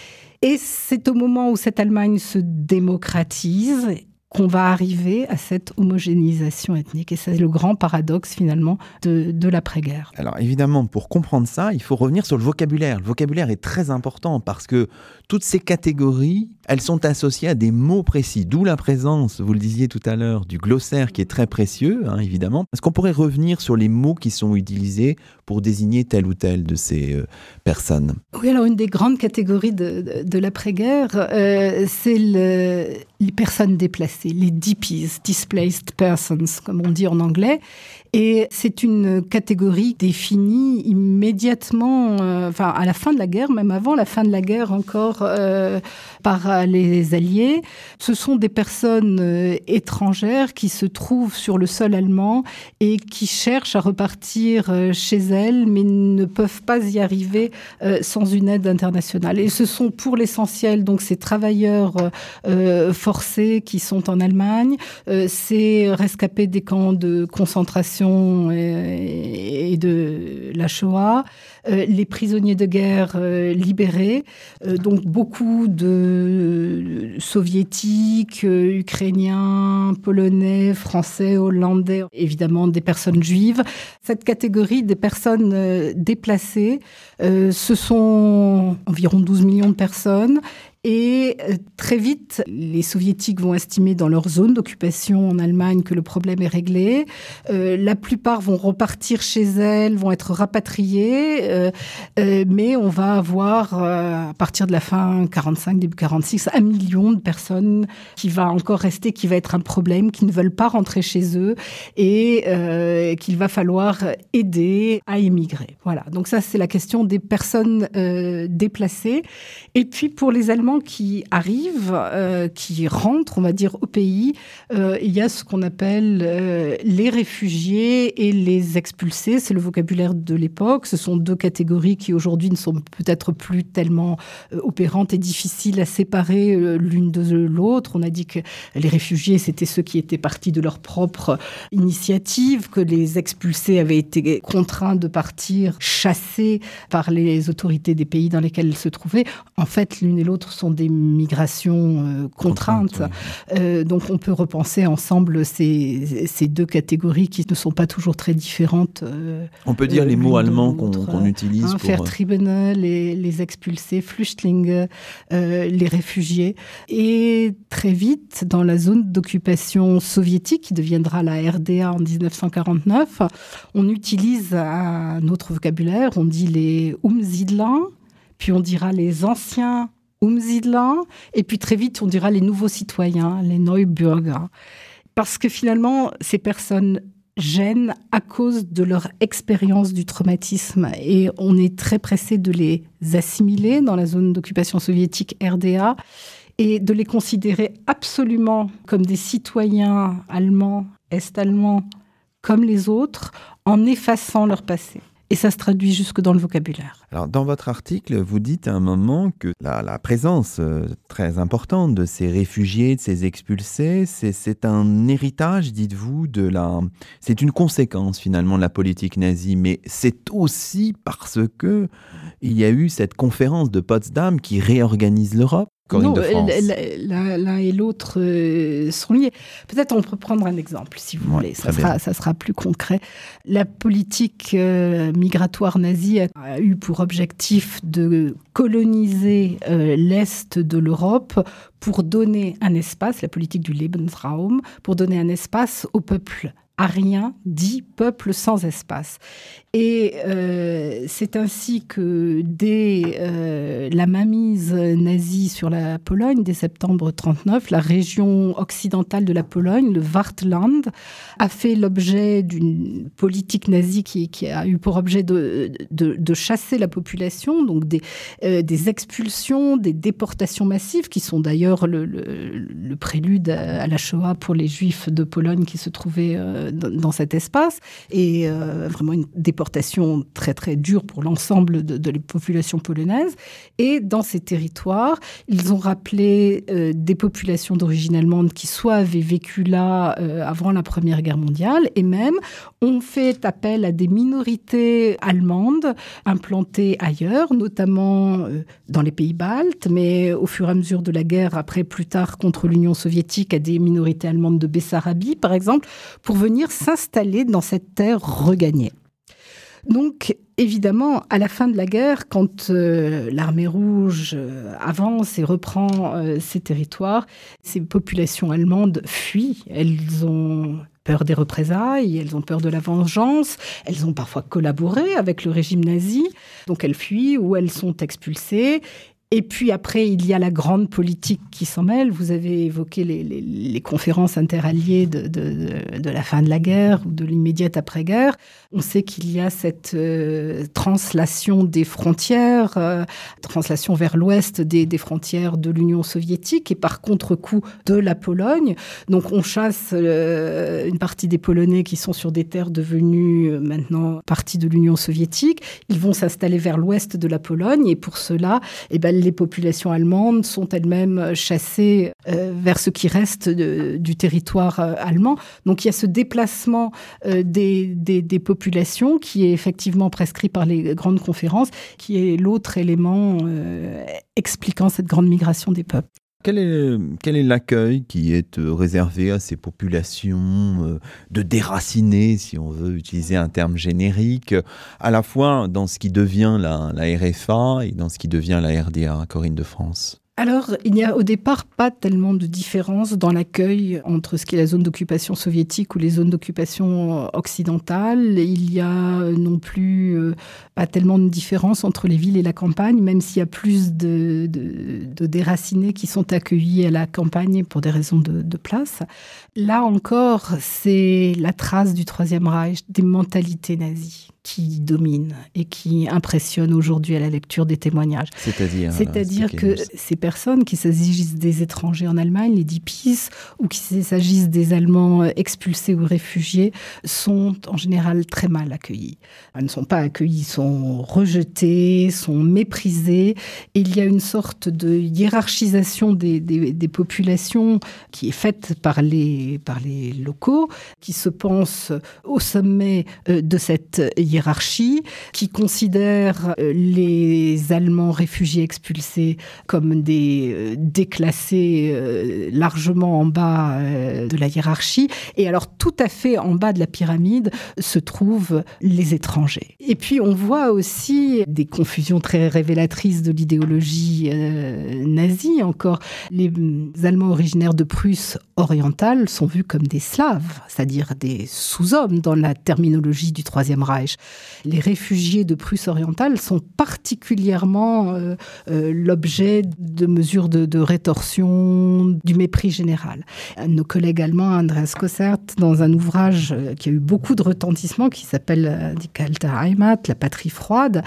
Et c'est au moment où cette Allemagne se démocratise qu'on va arriver à cette homogénéisation ethnique. Et c'est le grand paradoxe, finalement, de, de l'après-guerre. Alors, évidemment, pour comprendre ça, il faut revenir sur le vocabulaire. Le vocabulaire est très important parce que toutes ces catégories, elles sont associées à des mots précis, d'où la présence, vous le disiez tout à l'heure, du glossaire qui est très précieux, hein, évidemment. Est-ce qu'on pourrait revenir sur les mots qui sont utilisés pour désigner telle ou telle de ces euh, personnes ? Oui, alors une des grandes catégories de, de, de l'après-guerre, euh, c'est le, les personnes déplacées, les D Ps, Displaced Persons, comme on dit en anglais. Et c'est une catégorie définie immédiatement, euh, enfin à la fin de la guerre, même avant la fin de la guerre encore, euh, par les Alliés. Ce sont des personnes euh, étrangères qui se trouvent sur le sol allemand et qui cherchent à repartir euh, chez elles, mais ne peuvent pas y arriver euh, sans une aide internationale. Et ce sont pour l'essentiel donc ces travailleurs euh, forcés qui sont en Allemagne, euh, ces rescapés des camps de concentration et de la Shoah, euh, les prisonniers de guerre euh, libérés, euh, donc beaucoup de soviétiques, euh, ukrainiens, polonais, français, hollandais, évidemment des personnes juives. Cette catégorie des personnes euh, déplacées, euh, ce sont environ douze millions de personnes. Et très vite, les soviétiques vont estimer dans leur zone d'occupation en Allemagne que le problème est réglé. Euh, la plupart vont repartir chez elles, vont être rapatriées, euh, euh, mais on va avoir, euh, à partir de la fin quarante-cinq, début quarante-six, un million de personnes qui va encore rester, qui va être un problème, qui ne veulent pas rentrer chez eux et euh, qu'il va falloir aider à émigrer. Voilà, donc ça c'est la question des personnes euh, déplacées. Et puis pour les Allemands qui arrivent, euh, qui rentrent, on va dire, au pays, euh, il y a ce qu'on appelle euh, les réfugiés et les expulsés. C'est le vocabulaire de l'époque. Ce sont deux catégories qui aujourd'hui ne sont peut-être plus tellement euh, opérantes et difficiles à séparer euh, l'une de l'autre. On a dit que les réfugiés, c'était ceux qui étaient partis de leur propre initiative, que les expulsés avaient été contraints de partir, chassés par les autorités des pays dans lesquels ils se trouvaient. En fait, l'une et l'autre sont des migrations euh, contraintes. contraintes oui. euh, donc, on peut repenser ensemble ces, ces deux catégories qui ne sont pas toujours très différentes. Euh, on peut dire euh, les mots allemands qu'on, qu'on utilise hein, pour... Vertriebene, les, les expulsés, Flüchtlinge, euh, les réfugiés. Et très vite, dans la zone d'occupation soviétique, qui deviendra la R D A en dix-neuf cent quarante-neuf, on utilise un autre vocabulaire. On dit les Umsiedler, puis on dira les anciens Umsiedler, et puis très vite, on dira les nouveaux citoyens, les Neubürger. Parce que finalement, ces personnes gênent à cause de leur expérience du traumatisme. Et on est très pressé de les assimiler dans la zone d'occupation soviétique R D A et de les considérer absolument comme des citoyens allemands, est-allemands, comme les autres, en effaçant leur passé. Et ça se traduit jusque dans le vocabulaire. Alors, dans votre article, vous dites à un moment que la, la présence euh, très importante de ces réfugiés, de ces expulsés, c'est, c'est un héritage, dites-vous, de la... C'est une conséquence, finalement, de la politique nazie. Mais c'est aussi parce que il y a eu cette conférence de Potsdam qui réorganise l'Europe. Non, l'un et l'autre euh, sont liés. Peut-être on peut prendre un exemple, si vous ouais, voulez. Ça sera, ça sera plus concret. La politique euh, migratoire nazie a, a eu pour objectif de coloniser euh, l'Est de l'Europe pour donner un espace, la politique du Lebensraum, pour donner un espace au peuple arien, dit peuple sans espace. Et euh, c'est ainsi que dès euh, la mainmise nazie sur la Pologne, dès septembre trente-neuf, la région occidentale de la Pologne, le Wartland, a fait l'objet d'une politique nazie qui, qui a eu pour objet de, de, de chasser la population, donc des, euh, des expulsions, des déportations massives, qui sont d'ailleurs le, le, le prélude à, à la Shoah pour les Juifs de Pologne qui se trouvaient euh, dans, dans cet espace, et euh, vraiment une déportation très très dure pour l'ensemble de, de la population polonaise. Et dans ces territoires, ils ont rappelé euh, des populations d'origine allemande qui soit avaient vécu là euh, avant la Première Guerre mondiale, et même ont fait appel à des minorités allemandes implantées ailleurs, notamment euh, dans les pays baltes, mais au fur et à mesure de la guerre, après plus tard contre l'Union soviétique, à des minorités allemandes de Bessarabie, par exemple, pour venir s'installer dans cette terre regagnée. Donc, évidemment, à la fin de la guerre, quand euh, l'armée rouge euh, avance et reprend euh, ces territoires, ces populations allemandes fuient. Elles ont peur des représailles, elles ont peur de la vengeance, elles ont parfois collaboré avec le régime nazi, donc elles fuient ou elles sont expulsées. Et puis après, il y a la grande politique qui s'en mêle. Vous avez évoqué les, les, les conférences interalliées de, de, de la fin de la guerre ou de l'immédiate après-guerre. On sait qu'il y a cette euh, translation des frontières, euh, translation vers l'ouest des, des frontières de l'Union soviétique et par contre-coup de la Pologne. Donc on chasse euh, une partie des Polonais qui sont sur des terres devenues euh, maintenant partie de l'Union soviétique. Ils vont s'installer vers l'ouest de la Pologne et pour cela, eh ben, les populations allemandes sont elles-mêmes chassées euh, vers ce qui reste de, du territoire euh, allemand. Donc il y a ce déplacement euh, des, des, des populations qui est effectivement prescrit par les grandes conférences, qui est l'autre élément euh, expliquant cette grande migration des peuples. Quel est, quel est l'accueil qui est réservé à ces populations de déracinées, si on veut utiliser un terme générique, à la fois dans ce qui devient la, la R F A et dans ce qui devient la R D A, Corinne de France? Alors, il n'y a au départ pas tellement de différence dans l'accueil entre ce qui est la zone d'occupation soviétique ou les zones d'occupation occidentale. Il y a non plus euh, pas tellement de différence entre les villes et la campagne, même s'il y a plus de, de, de déracinés qui sont accueillis à la campagne pour des raisons de, de place. Là encore, c'est la trace du Troisième Reich, des mentalités nazies qui dominent et qui impressionnent aujourd'hui à la lecture des témoignages. C'est-à-dire C'est-à-dire que ces personnes, qu'il s'agisse des étrangers en Allemagne, les Dipis, ou qu'il s'agisse des Allemands expulsés ou réfugiés, sont en général très mal accueillis. Elles ne sont pas accueillis, sont rejetés, sont méprisés. Et il y a une sorte de hiérarchisation des, des, des populations qui est faite par les, par les locaux, qui se pensent au sommet de cette hiérarchie hiérarchie, qui considère les Allemands réfugiés expulsés comme des euh, déclassés euh, largement en bas euh, de la hiérarchie. Et alors, tout à fait en bas de la pyramide se trouvent les étrangers. Et puis, on voit aussi des confusions très révélatrices de l'idéologie euh, nazie. Encore, les Allemands originaires de Prusse orientale sont vus comme des Slaves, c'est-à-dire des sous-hommes dans la terminologie du Troisième Reich. Les réfugiés de Prusse orientale sont particulièrement euh, euh, l'objet de mesures de, de rétorsion, du mépris général. Nos collègues allemands, Andreas Kossert, dans un ouvrage qui a eu beaucoup de retentissement, qui s'appelle Die Kalte Heimat, la patrie froide,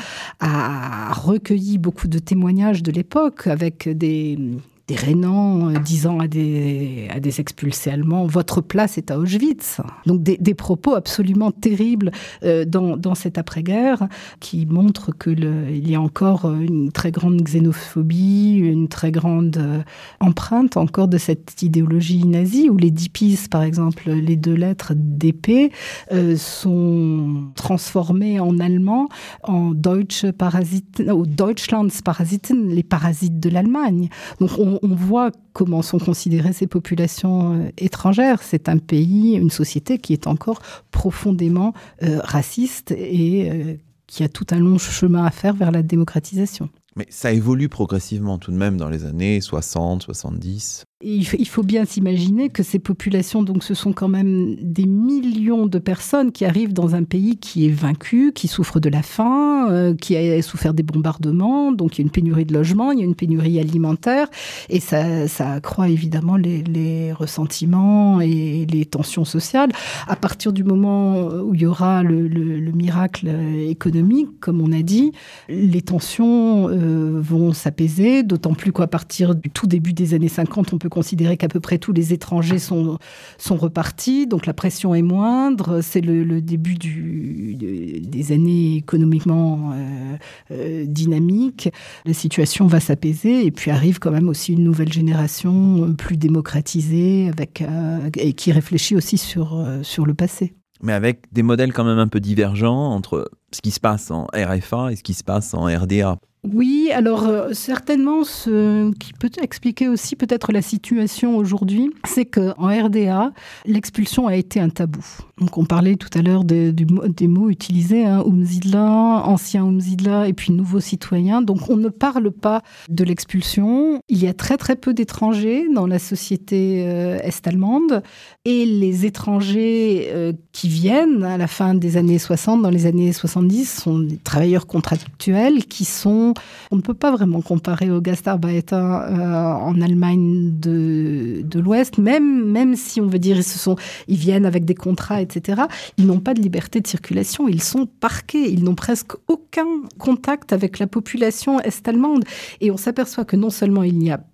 a recueilli beaucoup de témoignages de l'époque avec des... des Rhénans euh, disant à des, à des expulsés allemands « Votre place est à Auschwitz ». Donc des, des propos absolument terribles euh, dans, dans cette après-guerre qui montrent qu'il y a encore une très grande xénophobie, une très grande euh, empreinte encore de cette idéologie nazie où les Dipis, par exemple, les deux lettres D P, euh, sont transformées en allemand en Deutsche Parasiten, ou Deutschlandsparasiten, les parasites de l'Allemagne. Donc on On voit comment sont considérées ces populations étrangères. C'est un pays, une société qui est encore profondément euh, raciste et euh, qui a tout un long chemin à faire vers la démocratisation. Mais ça évolue progressivement tout de même dans les années soixante, soixante-dix. Il faut bien s'imaginer que ces populations, donc, ce sont quand même des millions de personnes qui arrivent dans un pays qui est vaincu, qui souffre de la faim, euh, qui a souffert des bombardements. Donc, il y a une pénurie de logements, il y a une pénurie alimentaire. Et ça, ça accroît évidemment les, les ressentiments et les tensions sociales. À partir du moment où il y aura le, le, le miracle économique, comme on a dit, les tensions euh, vont s'apaiser. D'autant plus qu'à partir du tout début des années cinquante, on peut considérer qu'à peu près tous les étrangers sont, sont repartis, donc la pression est moindre, c'est le, le début du, de, des années économiquement euh, euh, dynamiques, la situation va s'apaiser et puis arrive quand même aussi une nouvelle génération plus démocratisée avec, euh, et qui réfléchit aussi sur, euh, sur le passé. Mais avec des modèles quand même un peu divergents entre ce qui se passe en R F A et ce qui se passe en R D A. Oui, alors euh, certainement, ce qui peut expliquer aussi peut-être la situation aujourd'hui, c'est qu'en R D A, l'expulsion a été un tabou. Donc on parlait tout à l'heure de, de, des mots utilisés, hein, Umsiedler, ancien Umsiedler et puis nouveau citoyen. Donc on ne parle pas de l'expulsion. Il y a très très peu d'étrangers dans la société euh, est-allemande et les étrangers euh, qui viennent à la fin des années soixante, dans les années soixante-dix, sont des travailleurs contractuels qui sont... On ne peut pas vraiment comparer aux Gastarbeiter euh, en Allemagne de, de l'Ouest, même, même si on veut dire ils, se sont, ils viennent avec des contrats, et cetera. Ils n'ont pas de liberté de circulation, ils sont parqués, ils n'ont presque aucun contact avec la population est-allemande. Et on s'aperçoit que non seulement il n'y a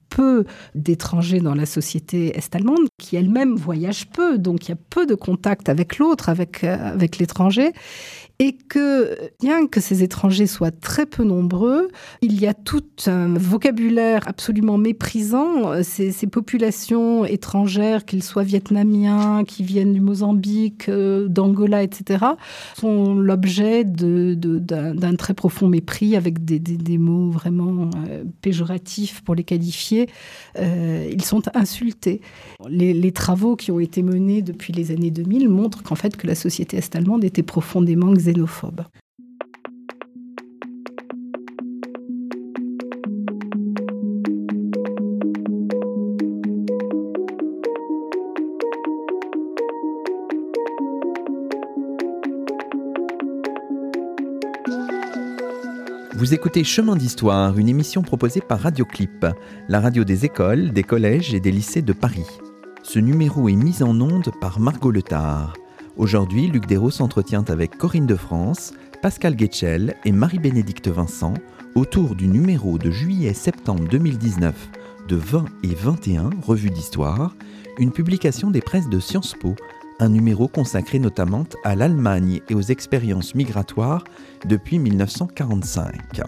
peu d'étrangers dans la société est-allemande, qui elle-même voyage peu, donc il y a peu de contact avec l'autre, avec, euh, avec l'étranger. Et que, bien que ces étrangers soient très peu nombreux, il y a tout un vocabulaire absolument méprisant. Ces, ces populations étrangères, qu'ils soient vietnamiens, qui viennent du Mozambique, euh, d'Angola, et cetera, sont l'objet de, de, d'un, d'un très profond mépris, avec des, des, des mots vraiment euh, péjoratifs pour les qualifier. Euh, ils sont insultés. Les, les travaux qui ont été menés depuis les années deux mille montrent qu'en fait, que la société est-allemande était profondément xénophobe. xénophobe. Vous écoutez Chemin d'Histoire, une émission proposée par Radioclip, la radio des écoles, des collèges et des lycées de Paris. Ce numéro est mis en onde par Margot Letard. Aujourd'hui, Luc Dérault s'entretient avec Corinne de France, Pascal Guetchel et Marie-Bénédicte Vincent autour du numéro de juillet-septembre deux mille dix-neuf de vingt et vingt et un, Revue d'Histoire, une publication des presses de Sciences Po, un numéro consacré notamment à l'Allemagne et aux expériences migratoires depuis mille neuf cent quarante-cinq.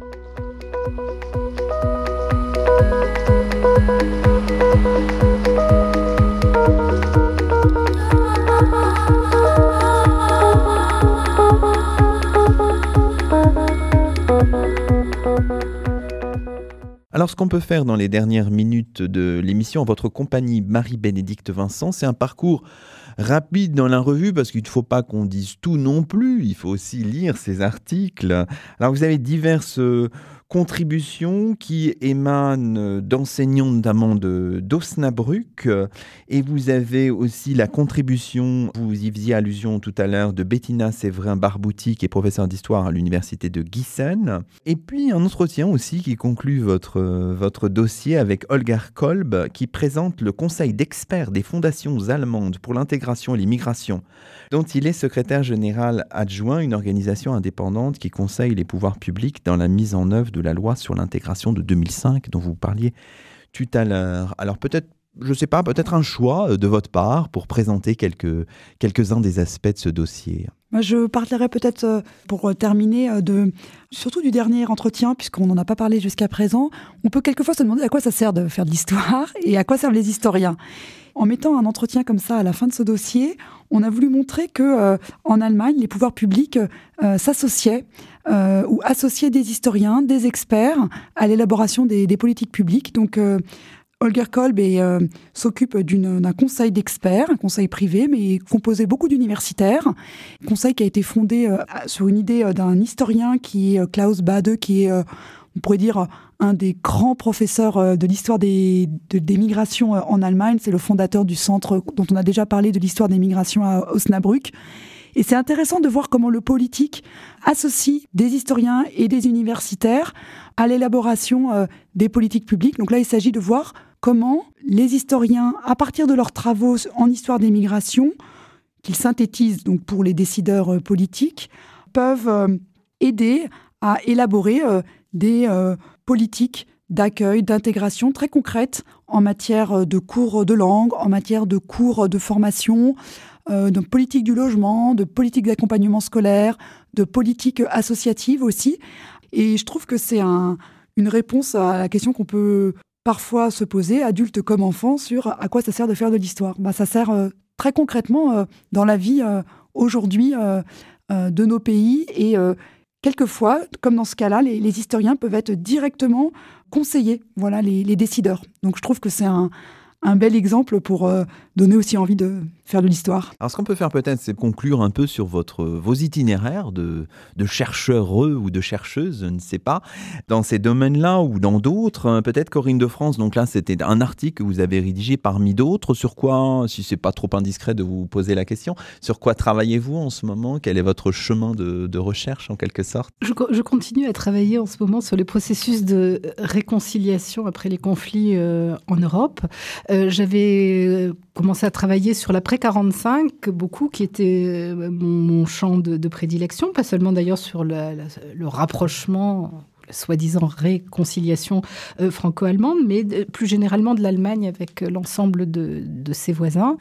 Alors, ce qu'on peut faire dans les dernières minutes de l'émission en votre compagnie, Marie-Bénédicte Vincent, c'est un parcours rapide dans la revue, parce qu'il ne faut pas qu'on dise tout non plus, il faut aussi lire ces articles. Alors, vous avez diverses contributions qui émanent d'enseignants, notamment de, d'Osnabrück, et vous avez aussi la contribution, vous y faisiez allusion tout à l'heure, de Bettina Séverin-Barbouti, qui est professeure d'histoire à l'université de Gießen, et puis un entretien aussi qui conclut votre, votre dossier avec Holger Kolb, qui présente le conseil d'experts des fondations allemandes pour l'intégration et l'immigration, dont il est secrétaire général adjoint, une organisation indépendante qui conseille les pouvoirs publics dans la mise en œuvre de la loi sur l'intégration de deux mille cinq dont vous parliez tout à l'heure. Alors peut-être, je ne sais pas, peut-être un choix de votre part pour présenter quelques, quelques-uns des aspects de ce dossier. Moi, je parlerai peut-être, pour terminer, de, surtout du dernier entretien, puisqu'on n'en a pas parlé jusqu'à présent. On peut quelquefois se demander à quoi ça sert de faire de l'histoire et à quoi servent les historiens. En mettant un entretien comme ça à la fin de ce dossier, on a voulu montrer que euh, en Allemagne, les pouvoirs publics euh, s'associaient euh, ou associaient des historiens, des experts à l'élaboration des, des politiques publiques. Donc, euh, Holger Kolb est, euh, s'occupe d'une, d'un conseil d'experts, un conseil privé, mais composé beaucoup d'universitaires. Un conseil qui a été fondé euh, sur une idée euh, d'un historien qui est euh, Klaus Bade, qui est, euh, on pourrait dire, un des grands professeurs de l'histoire des, de, des migrations en Allemagne. C'est le fondateur du centre dont on a déjà parlé de l'histoire des migrations à Osnabrück. Et c'est intéressant de voir comment le politique associe des historiens et des universitaires à l'élaboration euh, des politiques publiques. Donc là, il s'agit de voir comment les historiens, à partir de leurs travaux en histoire des migrations, qu'ils synthétisent donc pour les décideurs euh, politiques, peuvent euh, aider à élaborer euh, des euh, politiques d'accueil, d'intégration très concrètes en matière de cours de langue, en matière de cours de formation, euh, de politique du logement, de politique d'accompagnement scolaire, de politique associative aussi. Et je trouve que c'est un, une réponse à la question qu'on peut parfois se poser, adultes comme enfants, sur à quoi ça sert de faire de l'histoire. Bah, ça sert euh, très concrètement euh, dans la vie euh, aujourd'hui euh, euh, de nos pays et euh, quelquefois, comme dans ce cas-là, les, les historiens peuvent être directement conseiller, voilà, les, les décideurs. Donc je trouve que c'est un, un bel exemple pour euh, donner aussi envie de faire de l'histoire. Alors ce qu'on peut faire peut-être, c'est conclure un peu sur votre, vos itinéraires de, de chercheureux ou de chercheuses, je ne sais pas, dans ces domaines-là ou dans d'autres. Peut-être Corinne de France, donc là c'était un article que vous avez rédigé parmi d'autres. Sur quoi, si c'est pas trop indiscret de vous poser la question, sur quoi travaillez-vous en ce moment? Quel est votre chemin de, de recherche en quelque sorte? je, je continue à travailler en ce moment sur les processus de réconciliation après les conflits euh, en Europe. Euh, j'avais commencé à travailler sur l'après quarante-cinq, beaucoup, qui était mon, mon champ de, de prédilection, pas seulement d'ailleurs sur la, la, le rapprochement, soi-disant réconciliation euh, franco-allemande, mais de, plus généralement de l'Allemagne avec l'ensemble de, de ses voisins.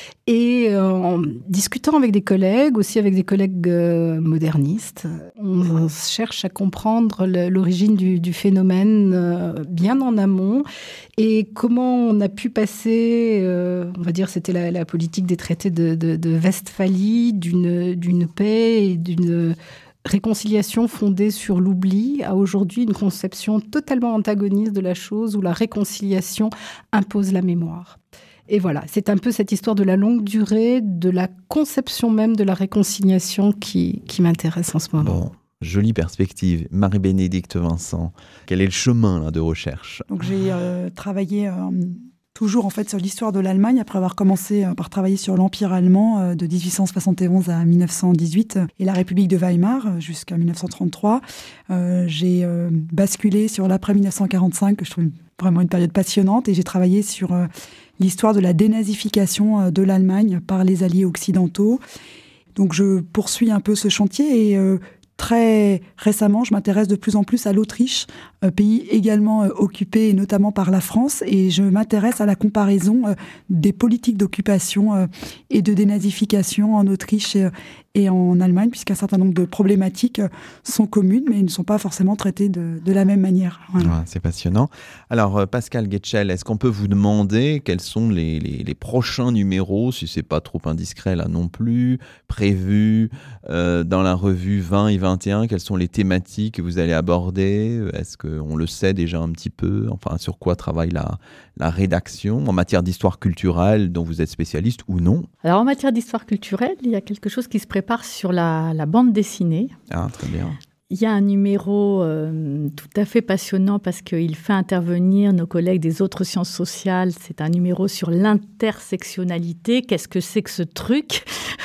Et euh, en discutant avec des collègues, aussi avec des collègues euh, modernistes, on cherche à comprendre le, l'origine du, du phénomène euh, bien en amont et comment on a pu passer, euh, on va dire c'était la, la politique des traités de, de, de Westphalie, d'une, d'une paix et d'une réconciliation fondée sur l'oubli, à aujourd'hui une conception totalement antagoniste de la chose où la réconciliation impose la mémoire. Et voilà, c'est un peu cette histoire de la longue durée, de la conception même de la réconciliation qui, qui m'intéresse en ce moment. Bon, jolie perspective. Marie-Bénédicte Vincent, quel est le chemin là, de recherche ? Donc j'ai euh, travaillé... Euh, toujours en fait sur l'histoire de l'Allemagne, après avoir commencé euh, par travailler sur l'Empire allemand euh, de dix-huit cent soixante et onze à dix-neuf cent dix-huit euh, et la République de Weimar euh, jusqu'à dix-neuf cent trente-trois. Euh, j'ai euh, basculé sur l'après dix-neuf cent quarante-cinq, que je trouve vraiment une période passionnante, et j'ai travaillé sur euh, l'histoire de la dénazification euh, de l'Allemagne par les alliés occidentaux. Donc je poursuis un peu ce chantier et euh, très récemment, je m'intéresse de plus en plus à l'Autriche, euh, pays également euh, occupé, notamment par la France, et je m'intéresse à la comparaison euh, des politiques d'occupation euh, et de dénazification en Autriche et, et en Allemagne, puisqu'un certain nombre de problématiques euh, sont communes, mais ne sont pas forcément traitées de, de la même manière. Voilà. Ouais, c'est passionnant. Alors, euh, Pascal Guetschel, est-ce qu'on peut vous demander quels sont les, les, les prochains numéros, si c'est pas trop indiscret là non plus, prévus euh, dans la revue vingt et vingt et un, quelles sont les thématiques que vous allez aborder ? Est-ce qu'on le sait déjà un petit peu ? Enfin, sur quoi travaille la, la rédaction en matière d'histoire culturelle dont vous êtes spécialiste ou non ? Alors, en matière d'histoire culturelle, il y a quelque chose qui se prépare sur la, la bande dessinée. Ah, très bien. Il y a un numéro euh, tout à fait passionnant parce qu'il fait intervenir nos collègues des autres sciences sociales. C'est un numéro sur l'intersectionnalité. Qu'est-ce que c'est que ce truc ?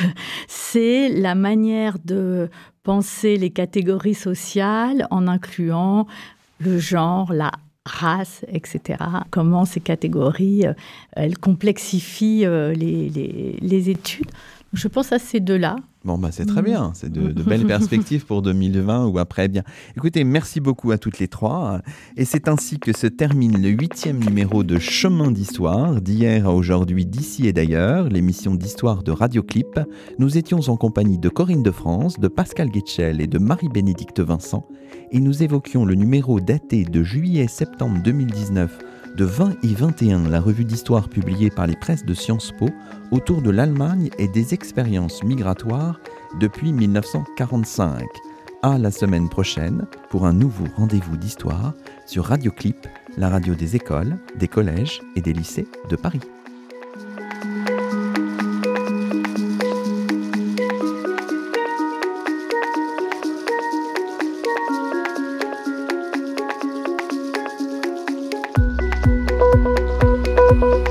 C'est la manière de penser les catégories sociales en incluant le genre, la race, et cetera. Comment ces catégories, euh, elles complexifient euh, les, les, les études. Je pense à ces deux-là. Bon, bah, c'est très bien. C'est de, de belles perspectives pour deux mille vingt ou après. Bien. Écoutez, merci beaucoup à toutes les trois. Et c'est ainsi que se termine le huitième numéro de Chemin d'Histoire, d'hier à aujourd'hui, d'ici et d'ailleurs, l'émission d'histoire de Radioclip. Nous étions en compagnie de Corinne de France, de Pascal Guetschel et de Marie-Bénédicte Vincent. Et nous évoquions le numéro daté de juillet-septembre deux mille dix-neuf de vingt et vingt et un, la revue d'histoire publiée par les presses de Sciences Po, autour de l'Allemagne et des expériences migratoires depuis dix-neuf cent quarante-cinq. À la semaine prochaine pour un nouveau rendez-vous d'histoire sur Radioclip, la radio des écoles, des collèges et des lycées de Paris. Thank you.